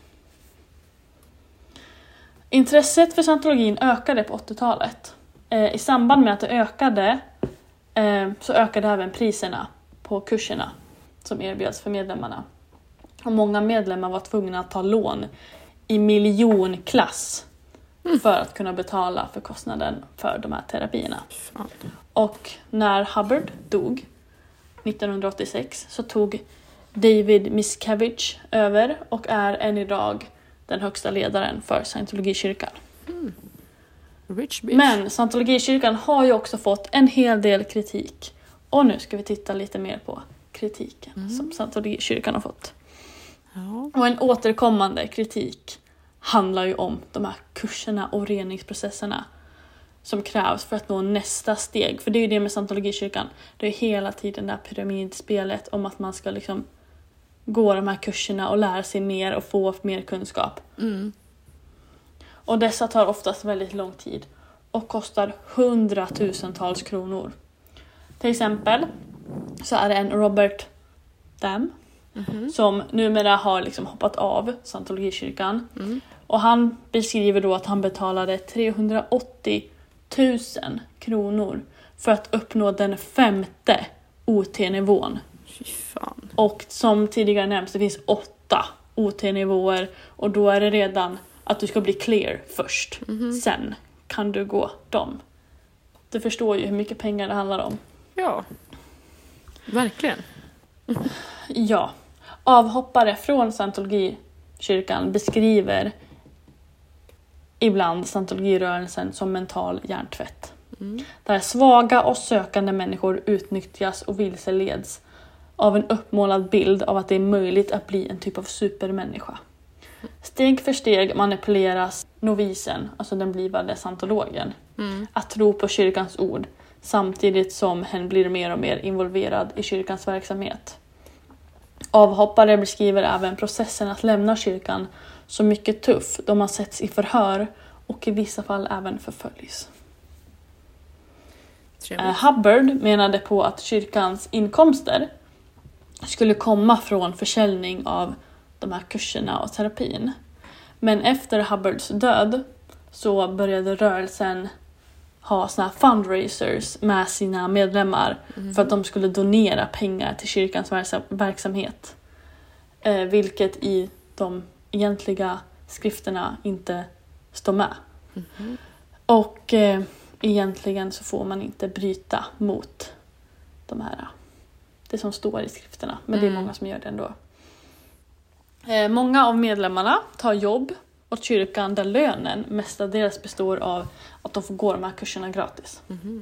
Intresset för scientologin ökade på 80-talet. I samband med att det ökade så ökade även priserna på kurserna som erbjöds för medlemmarna. Och många medlemmar var tvungna att ta lån i miljonklass för att kunna betala för kostnaden för de här terapierna. Och när Hubbard dog 1986 så tog David Miscavige över och är än idag den högsta ledaren för scientologikyrkan. Rich bitch. Men scientologikyrkan har ju också fått en hel del kritik. Och nu ska vi titta lite mer på kritiken som scientologikyrkan har fått. Ja. Och en återkommande kritik handlar ju om de här kurserna och reningsprocesserna som krävs för att nå nästa steg. För det är ju det med scientologikyrkan. Det är hela tiden det här pyramidspelet om att man ska liksom gå de här kurserna och lära sig mer och få mer kunskap. Och dessa tar oftast väldigt lång tid och kostar 100,000-tals kronor. Till exempel så är det en Robert Dam som numera har liksom hoppat av scientologikyrkan. Och han beskriver då att han betalade 380 000 kronor för att uppnå den 5:e OT-nivån. Fy fan. Och som tidigare nämnts, det finns 8 OT-nivåer och då är det redan att du ska bli clear först. Sen kan du gå dem. Du förstår ju hur mycket pengar det handlar om. Ja, verkligen. Ja. Avhoppare från scientologikyrkan beskriver ibland scientologirörelsen som mental hjärntvätt. Där svaga och sökande människor utnyttjas och vilseleds av en uppmålad bild av att det är möjligt att bli en typ av supermänniska. Steg för steg manipuleras novisen, alltså den blivande scientologen, att tro på kyrkans ord samtidigt som hen blir mer och mer involverad i kyrkans verksamhet. Avhoppare beskriver även processen att lämna kyrkan som mycket tuff då man sätts i förhör och i vissa fall även förföljs. Hubbard menade på att kyrkans inkomster skulle komma från försäljning av de här kurserna och terapin. Men efter Hubbards död så började rörelsen ha såna här fundraisers med sina medlemmar för att de skulle donera pengar till kyrkans verksamhet. Vilket i de egentliga skrifterna inte står med. Och egentligen så får man inte bryta mot det som står i skrifterna. Men det är många som gör det ändå. Många av medlemmarna tar jobb åt kyrkan där lönen mestadels består av att de får gå de här kurserna gratis.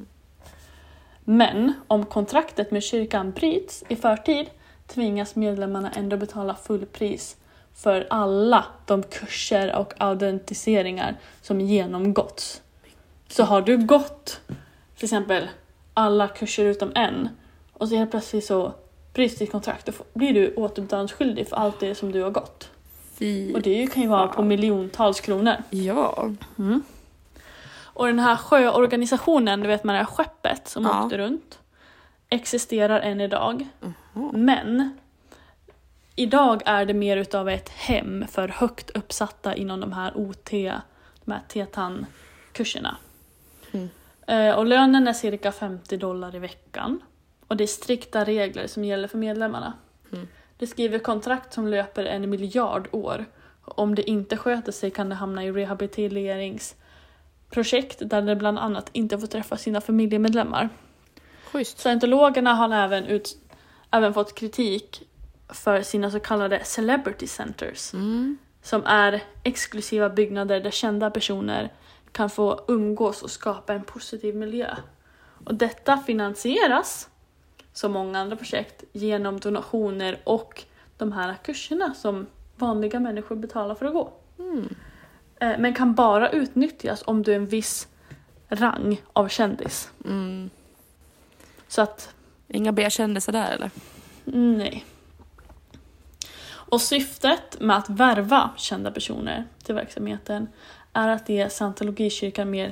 Men om kontraktet med kyrkan bryts i förtid tvingas medlemmarna ändå betala fullpris för alla de kurser och autentiseringar som genomgåtts. Så har du gått till exempel alla kurser utom en och så helt plötsligt så bryts ditt kontrakt, då blir du återbetalningsskyldig för allt det som du har gått. Och det kan ju vara på miljontals kronor. Ja. Och den här sjöorganisationen, du vet med det här skeppet som åkte runt, existerar än idag. Men idag är det mer utav ett hem för högt uppsatta inom de här de här tetan-kurserna. Och lönen är cirka $50 i veckan. Och det är strikta regler som gäller för medlemmarna. Det skriver kontrakt som löper 1 miljard år. Om det inte sköter sig kan det hamna i rehabiliteringsprojekt där det bland annat inte får träffa sina familjemedlemmar. Schysst. Scientologerna har även fått kritik för sina så kallade celebrity centers. Som är exklusiva byggnader där kända personer kan få umgås och skapa en positiv miljö. Och detta finansieras, som många andra projekt, genom donationer och de här kurserna som vanliga människor betalar för att gå. Men kan bara utnyttjas om du är en viss rang av kändis. Så att... Inga B-kändisar där eller? Nej. Och syftet med att värva kända personer till verksamheten är att ge scientologikyrkan mer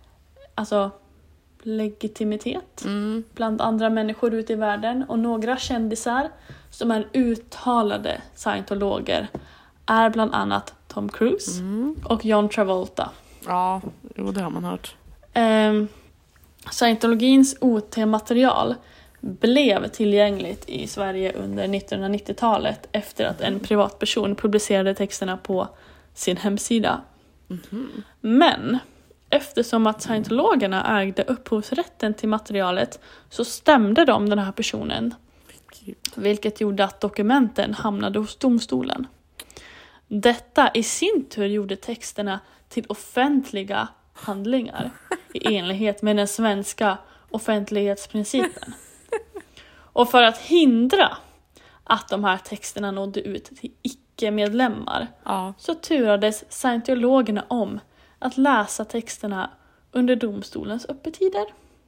legitimitet bland andra människor ute i världen. Och några kändisar som är uttalade scientologer är bland annat Tom Cruise och John Travolta. Ja, det har man hört. Scientologins OT-material blev tillgängligt i Sverige under 1990-talet efter att en privatperson publicerade texterna på sin hemsida. Men eftersom att scientologerna ägde upphovsrätten till materialet så stämde de den här personen Herregud. Vilket gjorde att dokumenten hamnade hos domstolen. Detta i sin tur gjorde texterna till offentliga handlingar i enlighet med den svenska offentlighetsprincipen. Och för att hindra att de här texterna nådde ut till icke-medlemmar så turades scientologerna om att läsa texterna under domstolens öppettider.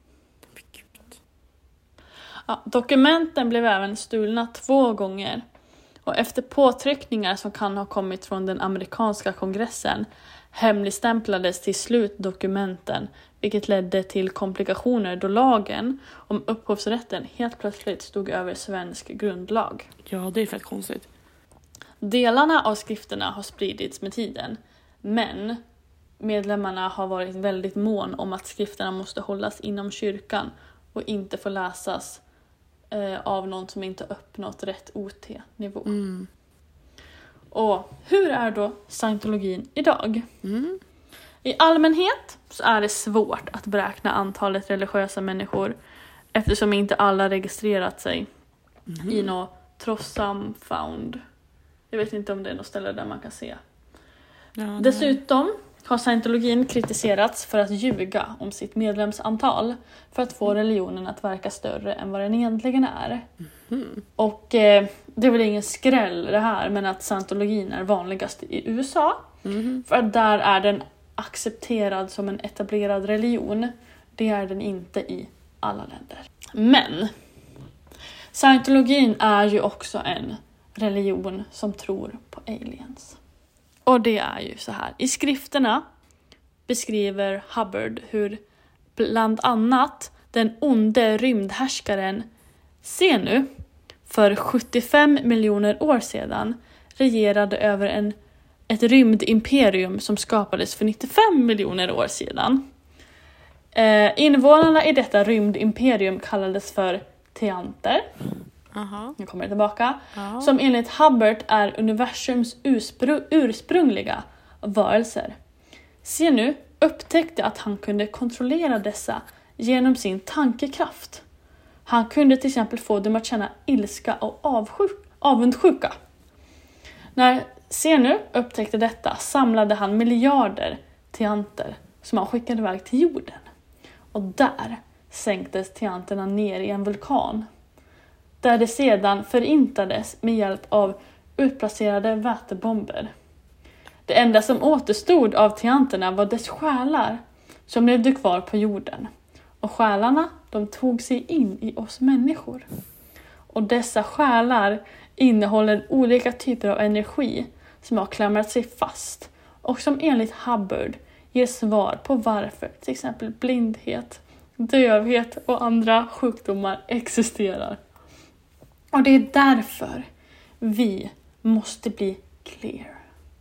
Dokumenten blev även stulna 2 gånger och efter påtryckningar som kan ha kommit från den amerikanska kongressen hemligstämplades till slut dokumenten, vilket ledde till komplikationer då lagen om upphovsrätten helt plötsligt stod över svensk grundlag. Ja, det är fett konstigt. Delarna av skrifterna har spridits med tiden, men medlemmarna har varit väldigt mån om att skrifterna måste hållas inom kyrkan och inte få läsas av någon som inte uppnått rätt OT-nivå. Och hur är då scientologin idag? I allmänhet så är det svårt att beräkna antalet religiösa människor eftersom inte alla registrerat sig i något Trossam Found. Jag vet inte om det är något ställe där man kan se. Dessutom har scientologin kritiserats för att ljuga om sitt medlemsantal för att få religionen att verka större än vad den egentligen är. Och det är väl ingen skräll det här, men att scientologin är vanligast i USA. För att där är den accepterad som en etablerad religion. Det är den inte i alla länder. Men scientologin är ju också en religion som tror på aliens. Och det är ju så här. I skrifterna beskriver Hubbard hur bland annat den onde rymdhärskaren Xenu för 75 miljoner år sedan regerade över ett rymdimperium som skapades för 95 miljoner år sedan. Invånarna i detta rymdimperium kallades för teanter. Nu kommer det tillbaka. Som enligt Hubbard är universums ursprungliga varelser. Xenu upptäckte att han kunde kontrollera dessa genom sin tankekraft. Han kunde till exempel få dem att känna ilska och avundsjuka. När Xenu upptäckte detta samlade han miljarder teanter som han skickade iväg till jorden. Och där sänktes teanterna ner i en vulkan. Där det sedan förintades med hjälp av utplacerade vätebomber. Det enda som återstod av teanterna var dess själar som levde kvar på jorden. Och själarna, de tog sig in i oss människor. Och dessa själar innehåller olika typer av energi som har klamrat sig fast. Och som enligt Hubbard ger svar på varför till exempel blindhet, dövhet och andra sjukdomar existerar. Och det är därför vi måste bli clear.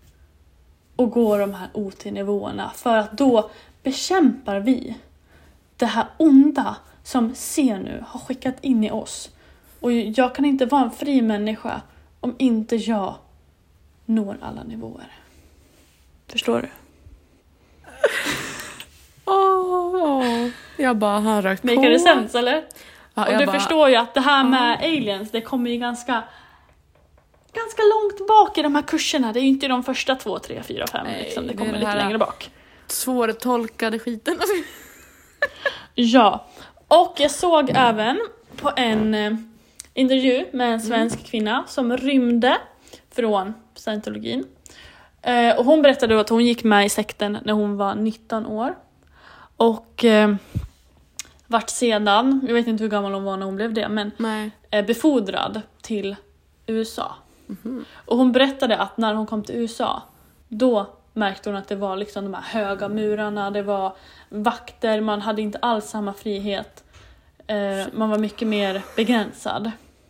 Och gå de här OT-nivåerna. För att då bekämpar vi det här onda som Xenu har skickat in i oss. Och jag kan inte vara en fri människa om inte jag når alla nivåer. Förstår du? Jag bara har rökt på. Make det sense, eller? Ja, och du förstår ju att det här med aliens, det kommer ju ganska långt bak i de här kurserna. Det är ju inte de första 2, 3, 4, 5. Liksom. Det kommer lite längre bak. Svårtolkade skiten. Ja, och jag såg även på en intervju med en svensk kvinna som rymde från scientologin. Och hon berättade att hon gick med i sekten när hon var 19 år. Och vart sedan, jag vet inte hur gammal hon var när hon blev det, men befordrad till USA. Och hon berättade att när hon kom till USA, då märkte hon att det var liksom de här höga murarna, det var vakter, man hade inte alls samma frihet. Man var mycket mer begränsad.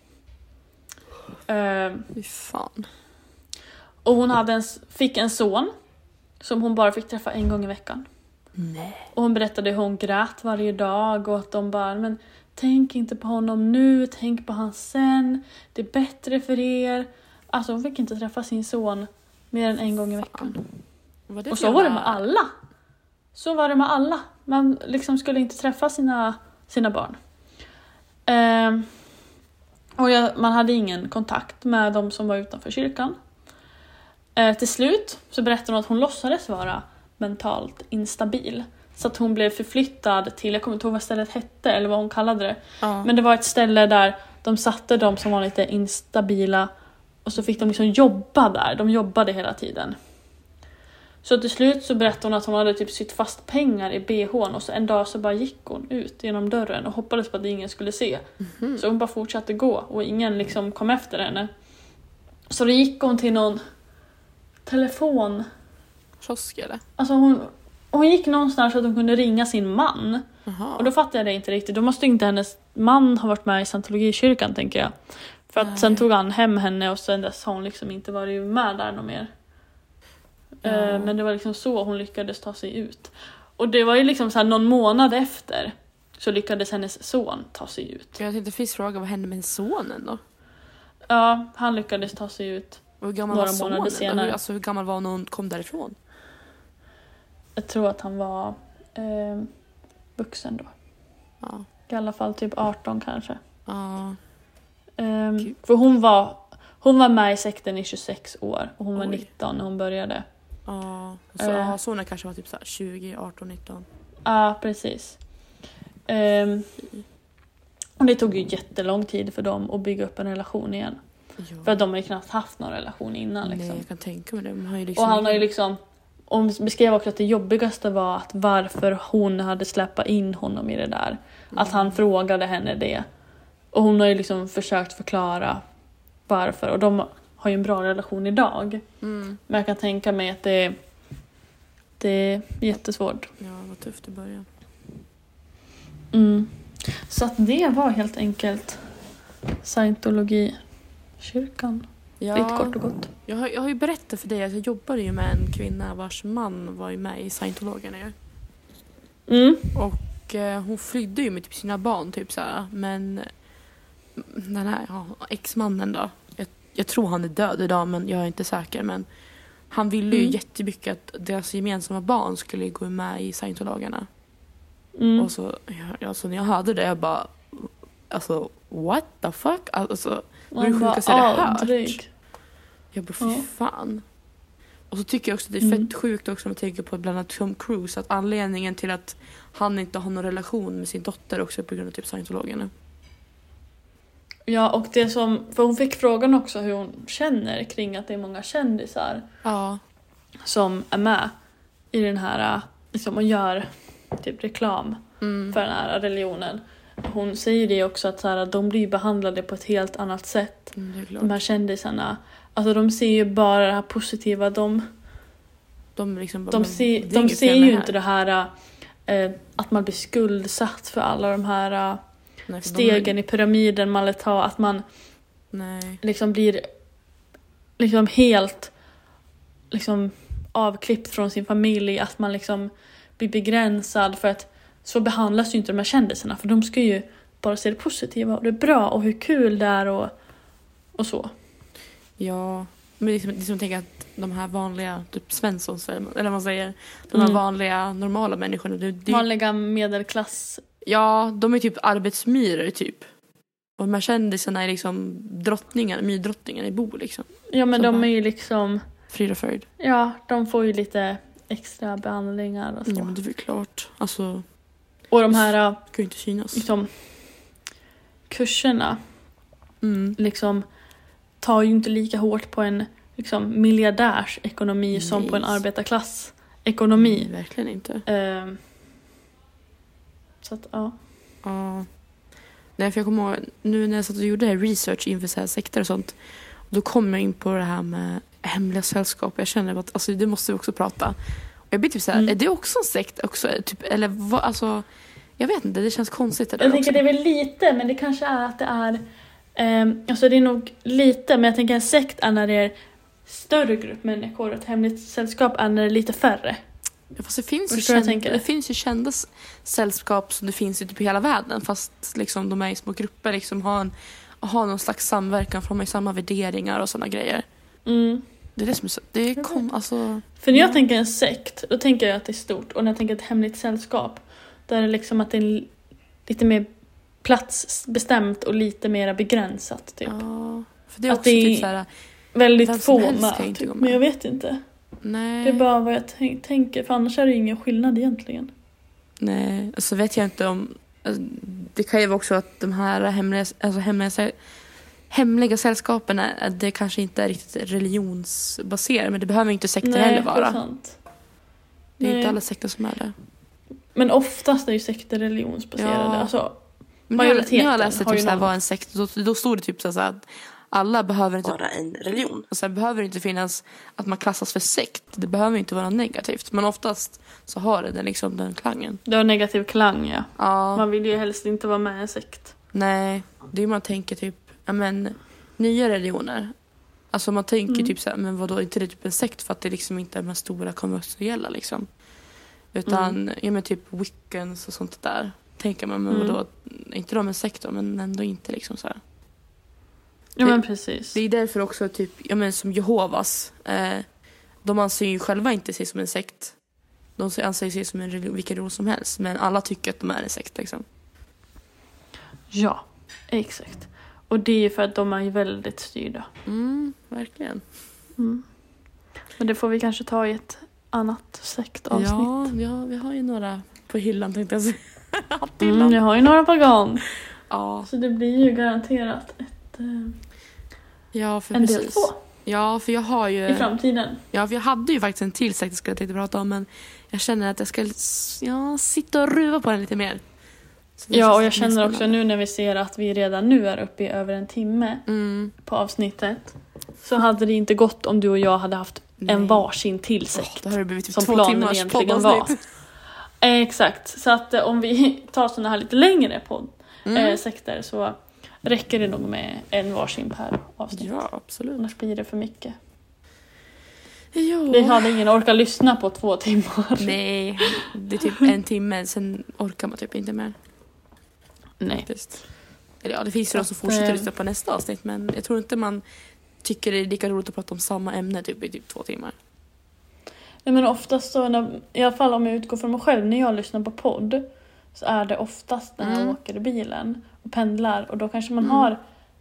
Fan. Och hon fick en son som hon bara fick träffa en gång i veckan. Nej. Och hon berättade hur hon grät varje dag och att de bara, men tänk inte på honom nu, tänk på han sen, det är bättre för er. Alltså hon fick inte träffa sin son mer än en gång i veckan. Och så var det med alla. Så var det med alla. Man liksom skulle inte träffa sina barn. Och man hade ingen kontakt med de som var utanför kyrkan. Till slut så berättade hon att hon låtsades vara mentalt instabil. Så att hon blev förflyttad till, jag kommer inte ihåg vad stället hette eller vad hon kallade det. Men det var ett ställe där de satte de som var lite instabila. Och så fick de liksom jobba där. De jobbade hela tiden. Så till slut så berättade hon att hon hade typ sytt fast pengar i BH:n. Och så en dag så bara gick hon ut genom dörren och hoppades på att ingen skulle se. Så hon bara fortsatte gå och ingen liksom kom efter henne. Så då gick hon till någon telefon. Kiosk eller? Alltså hon gick någonstans så att hon kunde ringa sin man. Och då fattade jag det inte riktigt. Då måste inte hennes man ha varit med i scientologikyrkan, tänker jag. För att sen tog han hem henne och sen dess har hon liksom inte varit med där någon mer. Men det var liksom så hon lyckades ta sig ut. Och det var ju liksom så här någon månad efter så lyckades hennes son ta sig ut. Jag tänkte först fråga, vad hände med sonen då? Ja, han lyckades ta sig ut. Och hur gammal några var månader sonen? senare. Alltså hur gammal var hon kom därifrån? Jag tror att han var vuxen då. Ja. I alla fall typ 18 kanske. Ja. För hon var med i sekten i 26 år. Och hon var 19 när hon började. Ja. Så sonen kanske var typ så här 20, 18, 19. Ja, precis. Och det tog ju jättelång tid för dem att bygga upp en relation igen. Ja. För att de har ju knappt haft någon relation innan. Liksom. Nej, jag kan tänka mig det. Man har ju liksom och han har ju liksom... Och hon beskrev också att det jobbigaste var att varför hon hade släppt in honom i det där. Att han frågade henne det. Och hon har ju liksom försökt förklara varför. Och de har ju en bra relation idag. Men jag kan tänka mig att det är jättesvårt. Ja, det var tufft i början. Så att det var helt enkelt Scientologikyrkan. Ja, lite kort och gott. Jag har ju berättat för dig att jag jobbade ju med en kvinna vars man var ju med i Scientologerna ju. Och hon flydde ju med typ sina barn typ såhär. Men den här ex-mannen då. Jag tror han är död idag, men jag är inte säker. Men han ville ju jättemycket att deras gemensamma barn skulle gå med i Scientologerna. Och så när jag hörde det, jag bara... Alltså, what the fuck? Alltså, vad är det sjukaste jag hört? Jag bara, fy fan. Och så tycker jag också att det är fett sjukt också om jag tänker på bland annat Tom Cruise. Att anledningen till att han inte har någon relation med sin dotter också är på grund av typ Scientologerna. Ja, och det som... För hon fick frågan också hur hon känner kring att det är många kändisar som är med i den här... Liksom, och gör typ reklam för den här religionen. Hon säger det också att så här, de blir behandlade på ett helt annat sätt. De här kändisarna. Alltså de ser ju bara det här positiva. De ser ju inte det här att man blir skuldsatt för alla de här stegen i pyramiden man vill ta. Att man liksom blir liksom helt liksom avklippt från sin familj. Att man liksom blir begränsad för att så behandlas ju inte de här kändisarna. För de ska ju bara se det positiva och det är bra och hur kul det är och så. Ja, men det är som att tänka att de här vanliga typ Svenssons, eller man säger, de här vanliga normala människorna. Vanliga medelklass. Ja, de är typ arbetsmyror typ. Och de här kändisarna är liksom myrdrottningar i bo liksom. Ja, men de är ju liksom... Frida och fröjd. Ja, de får ju lite extra behandlingar och så. Ja, men det är väl klart. Alltså... Och de här kan ju inte synas. Liksom, kurserna liksom tar ju inte lika hårt på en liksom, miljardärs ekonomi som på en arbetarklass ekonomi. Verkligen inte. Så att, ja. Nej, för jag kommer ihåg, nu när jag satt och gjorde research inför så här sekter och sånt, då kom jag in på det här med hemliga sällskap. Jag känner att alltså, det måste vi också prata. Och jag blir typ så här, är det också en sekt också? Typ, eller vad, alltså, jag vet inte, det känns konstigt. Det där jag tänker det är väl lite, men det kanske är att det är alltså det är nog lite, men jag tänker en sekt är när det är större grupp människor. Ett hemligt sällskap är när det är lite färre. Ja, fast det finns ju kända sällskap som det finns i typ hela världen, fast liksom de är i små grupper, liksom har någon slags samverkan, för de har samma värderingar och sådana grejer. Det är det som är alltså. För när jag tänker en sekt, då tänker jag att det är stort. Och när jag tänker ett hemligt sällskap, då är det liksom att det är lite mer platsbestämt och lite mer begränsat typ. Ja, för det är Att också det är typ så här, väldigt få kan med, inte typ. gå med. Men jag vet inte. Nej. Det är bara vad jag tänker, för annars är det ingen skillnad egentligen. Nej, alltså vet jag inte om... Alltså, det kan ju vara också att de här hemliga sällskapen det kanske inte är riktigt religionsbaserade, men det behöver inte sekter heller vara. Det är sant. Det är Nej. inte alla sekter som är det. Men oftast är ju sekter religionsbaserade. Ja. Alltså, Men när jag läste typ såhär, vad en sekt, då stod det typ så att alla behöver inte vara en religion. Och sen behöver det inte finnas att man klassas för sekt. Det behöver inte vara negativt. Men oftast så har det liksom den klangen. Det har negativ klang, ja. Ja. Man vill ju helst inte vara med i en sekt. Nej, det är man tänker typ, ja men nya religioner. Alltså man tänker typ såhär, men vadå, inte det typ en sekt för att det liksom inte är de stora kommersiella liksom. Utan, ja men typ Wiccans och sånt där. Tänker man, men vadå, inte de en sekt då, men ändå inte liksom så här. Ja men precis. Det är därför också typ, ja men som Jehovas, de anser ju själva inte sig som en sekt. De anser sig som en vilken religion som helst, men alla tycker att de är en sekt liksom. Ja, exakt. Och det är ju för att de är ju väldigt styrda. Verkligen. Men det får vi kanske ta i ett annat sektavsnitt. Ja, vi har ju några på hyllan tänkte jag säga. Jag har ju några på gång. Ja. Så det blir ju garanterat Ja, för en del precis. 2 Ja, för jag har ju... i framtiden. Ja, för jag hade ju faktiskt en till sekt jag tänkte prata om, men jag känner att jag ska sitta och ruva på den lite mer. Ja, och jag känner också nu när vi ser att vi redan nu är uppe i över en timme på avsnittet, så hade det inte gått om du och jag hade haft en varsin till sekt. Då hade det blivit typ som 2 planen timmars egentligen var. poddavsnitt. Exakt, så att om vi tar sådana här lite längre sekter så räcker det nog med en varsin per avsnitt. Ja, absolut. Annars blir det för mycket. Ja. Det hade ingen orkat lyssna på 2 timmar. Nej, det är typ 1 timme, sen orkar man typ inte mer. Nej. Faktiskt. Eller ja, det finns ju de som fortsätter lyssna på nästa avsnitt, men jag tror inte man tycker det är lika roligt att prata om samma ämne typ i typ 2 timmar. Nej, men oftast så, i alla fall om jag utgår från mig själv, när jag lyssnar på podd så är det oftast när jag åker i bilen och pendlar, och då kanske man har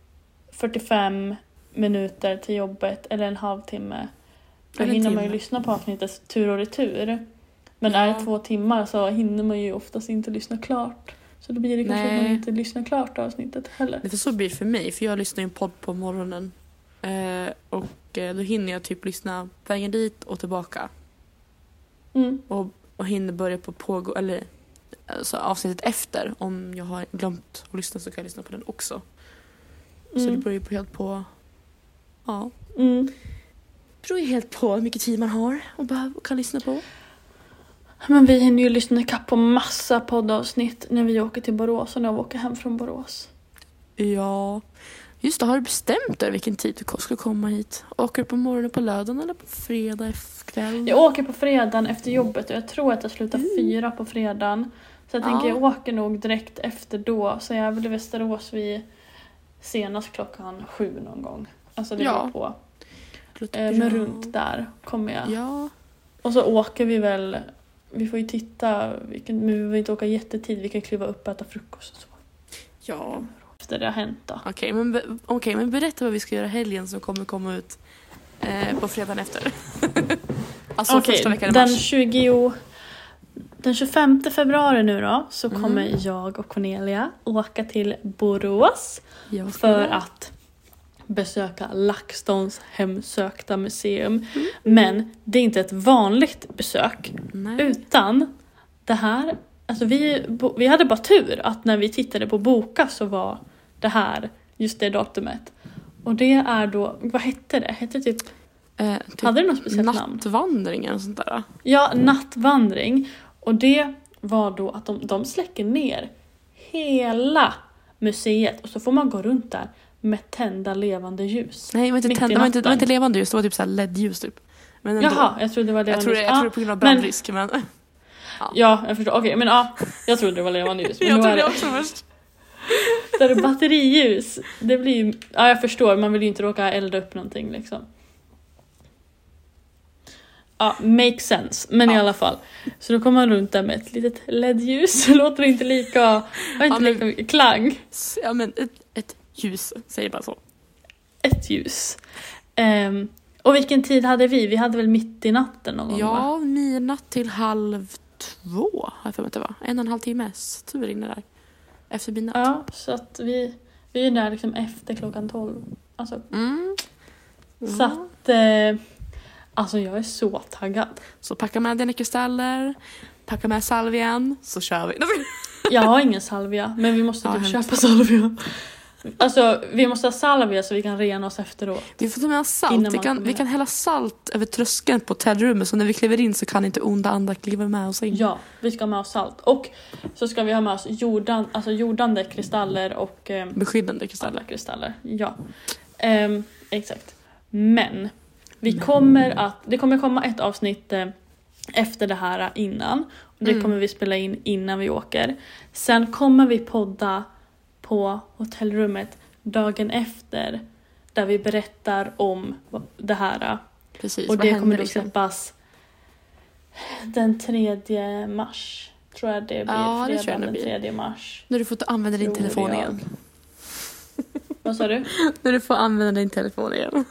45 minuter till jobbet eller en halvtimme. Då hinner man ju lyssna på avsnittet tur och retur. Men är det 2 timmar så hinner man ju oftast inte lyssna klart. Så då blir det kanske att man inte lyssnar klart avsnittet heller. Det är så blir det för mig, för jag lyssnar ju en podd på morgonen. Och då hinner jag typ lyssna vägen dit och tillbaka. Och hinner börja på eller alltså avsnittet efter. Om jag har glömt att lyssna så kan jag lyssna på den också. Så det beror ju helt på. Ja. Det beror ju helt på hur mycket tid man har och kan lyssna på. Men vi hinner ju lyssna ikapp på massa poddavsnitt när vi åker till Borås och när vi åker hem från Borås. Ja. Just det, har du bestämt dig vilken tid du ska komma hit? Åker du på morgonen på lördagen eller på fredag kväll? Jag åker på fredagen efter jobbet och jag tror att jag slutar 4 på fredagen. Så jag tänker jag åker nog direkt efter då. Så jag är väl i Västerås vid senast 7 någon gång. Alltså det beror på. Men runt där kommer jag. Ja. Och så åker vi väl. Vi får ju titta. Men vi vill inte åka jättetid. Vi kan kliva upp och äta frukost och så. Ja. Efter det har hänt då. Okej, men berätta vad vi ska göra helgen som kommer komma ut på fredagen efter. Alltså första veckan i mars. Den 25 februari nu då så kommer jag och Cornelia åka till Borås för att besöka LaxTons hemsökta museum. Men det är inte ett vanligt besök. Nej. Utan det här, alltså vi hade bara tur att när vi tittade på Boka så var det här just det datumet. Och det är då, vad hette det? Hette det typ hade det något speciellt namn? Nattvandring eller sånt där. Ja, nattvandring. Och det var då att de släcker ner hela museet och så får man gå runt där med tända levande ljus. Nej, det var inte levande ljus, det var typ så här LED-ljus typ. Men ändå, jaha, jag trodde det var levande ljus. Jag tror det på grund av brandrisk, men ja, jag förstår. Okej, men jag trodde det var levande ljus. Men jag trodde det också först. Så är det batteriljus. Det blir ju, jag förstår, man vill ju inte råka elda upp någonting liksom. Ja, makes sense. Men i alla fall. Så då kommer han runt där med ett litet LED-ljus. Låter inte lika... Har inte lika mycket klang. Ja, men ett ljus, säger bara så. Ett ljus. Och vilken tid hade vi? Vi hade väl mitt i natten någon gång, Ja, midnatt till 1:30 har jag för mig att det var. 1,5 timme tur inne där. Efter midnatt. Ja, så att vi är där liksom efter klockan 12. Alltså. Så att... alltså jag är så taggad. Så packa med dina kristaller. Packa med salvian. Så kör vi. Jag har ingen salvia. Men vi måste typ köpa salvia. Alltså vi måste ha salvia så vi kan rena oss efteråt. Vi får ta med salt. Vi kan hälla salt över tröskeln på hotellrummet. Så när vi kliver in så kan inte onda andar kliva med oss in. Ja, vi ska ha med oss salt. Och så ska vi ha med oss jordande kristaller och... beskyddande kristaller. Kristaller, ja. Exakt. Men det kommer komma ett avsnitt efter det här innan. Det kommer vi spela in innan vi åker. Sen kommer vi podda på hotellrummet dagen efter. Där vi berättar om det här. Precis, och det kommer då släppas den 3 mars. Tror jag det blir. Ja, det fredag tror jag den 3 mars. När du får använda din telefon igen. Vad sa du? När du får använda din telefon igen.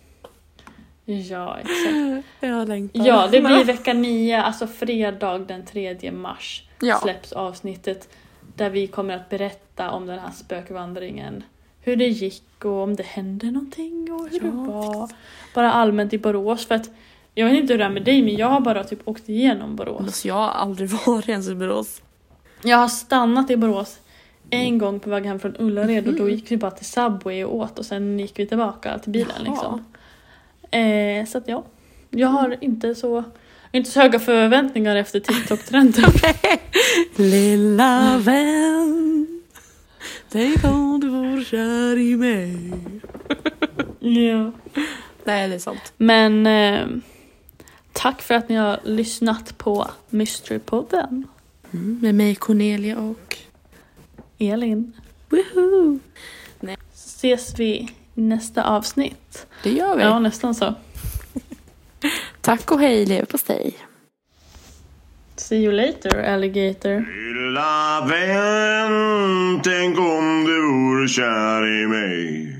Ja, exakt. Jag längtar. Ja, det blir vecka 9, alltså fredag den 3 mars släpps avsnittet där vi kommer att berätta om den här spökvandringen. Hur det gick och om det hände någonting och hur det var. Bara allmänt i Borås, för att jag vet inte hur det är med dig, men jag har bara typ åkt igenom Borås. Alltså, jag har aldrig varit ens i Borås. Jag har stannat i Borås en gång på väg hem från Ullared och då gick vi bara till Subway och åt och sen gick vi tillbaka till bilen liksom. Så att jag har inte så höga förväntningar efter TikTok-trenden. Lilla vän, tänk om du vore kär i mig. Ja. Nej, det är sant. Men tack för att ni har lyssnat på Mysterypodden. Med mig Cornelia och Elin. Woohoo! Ses vi i nästa avsnitt. Det gör vi. Ja, nästan så. Tack och hej, leverpastej. See you later, alligator. Lilla vän, tänk om du vore kär i mig.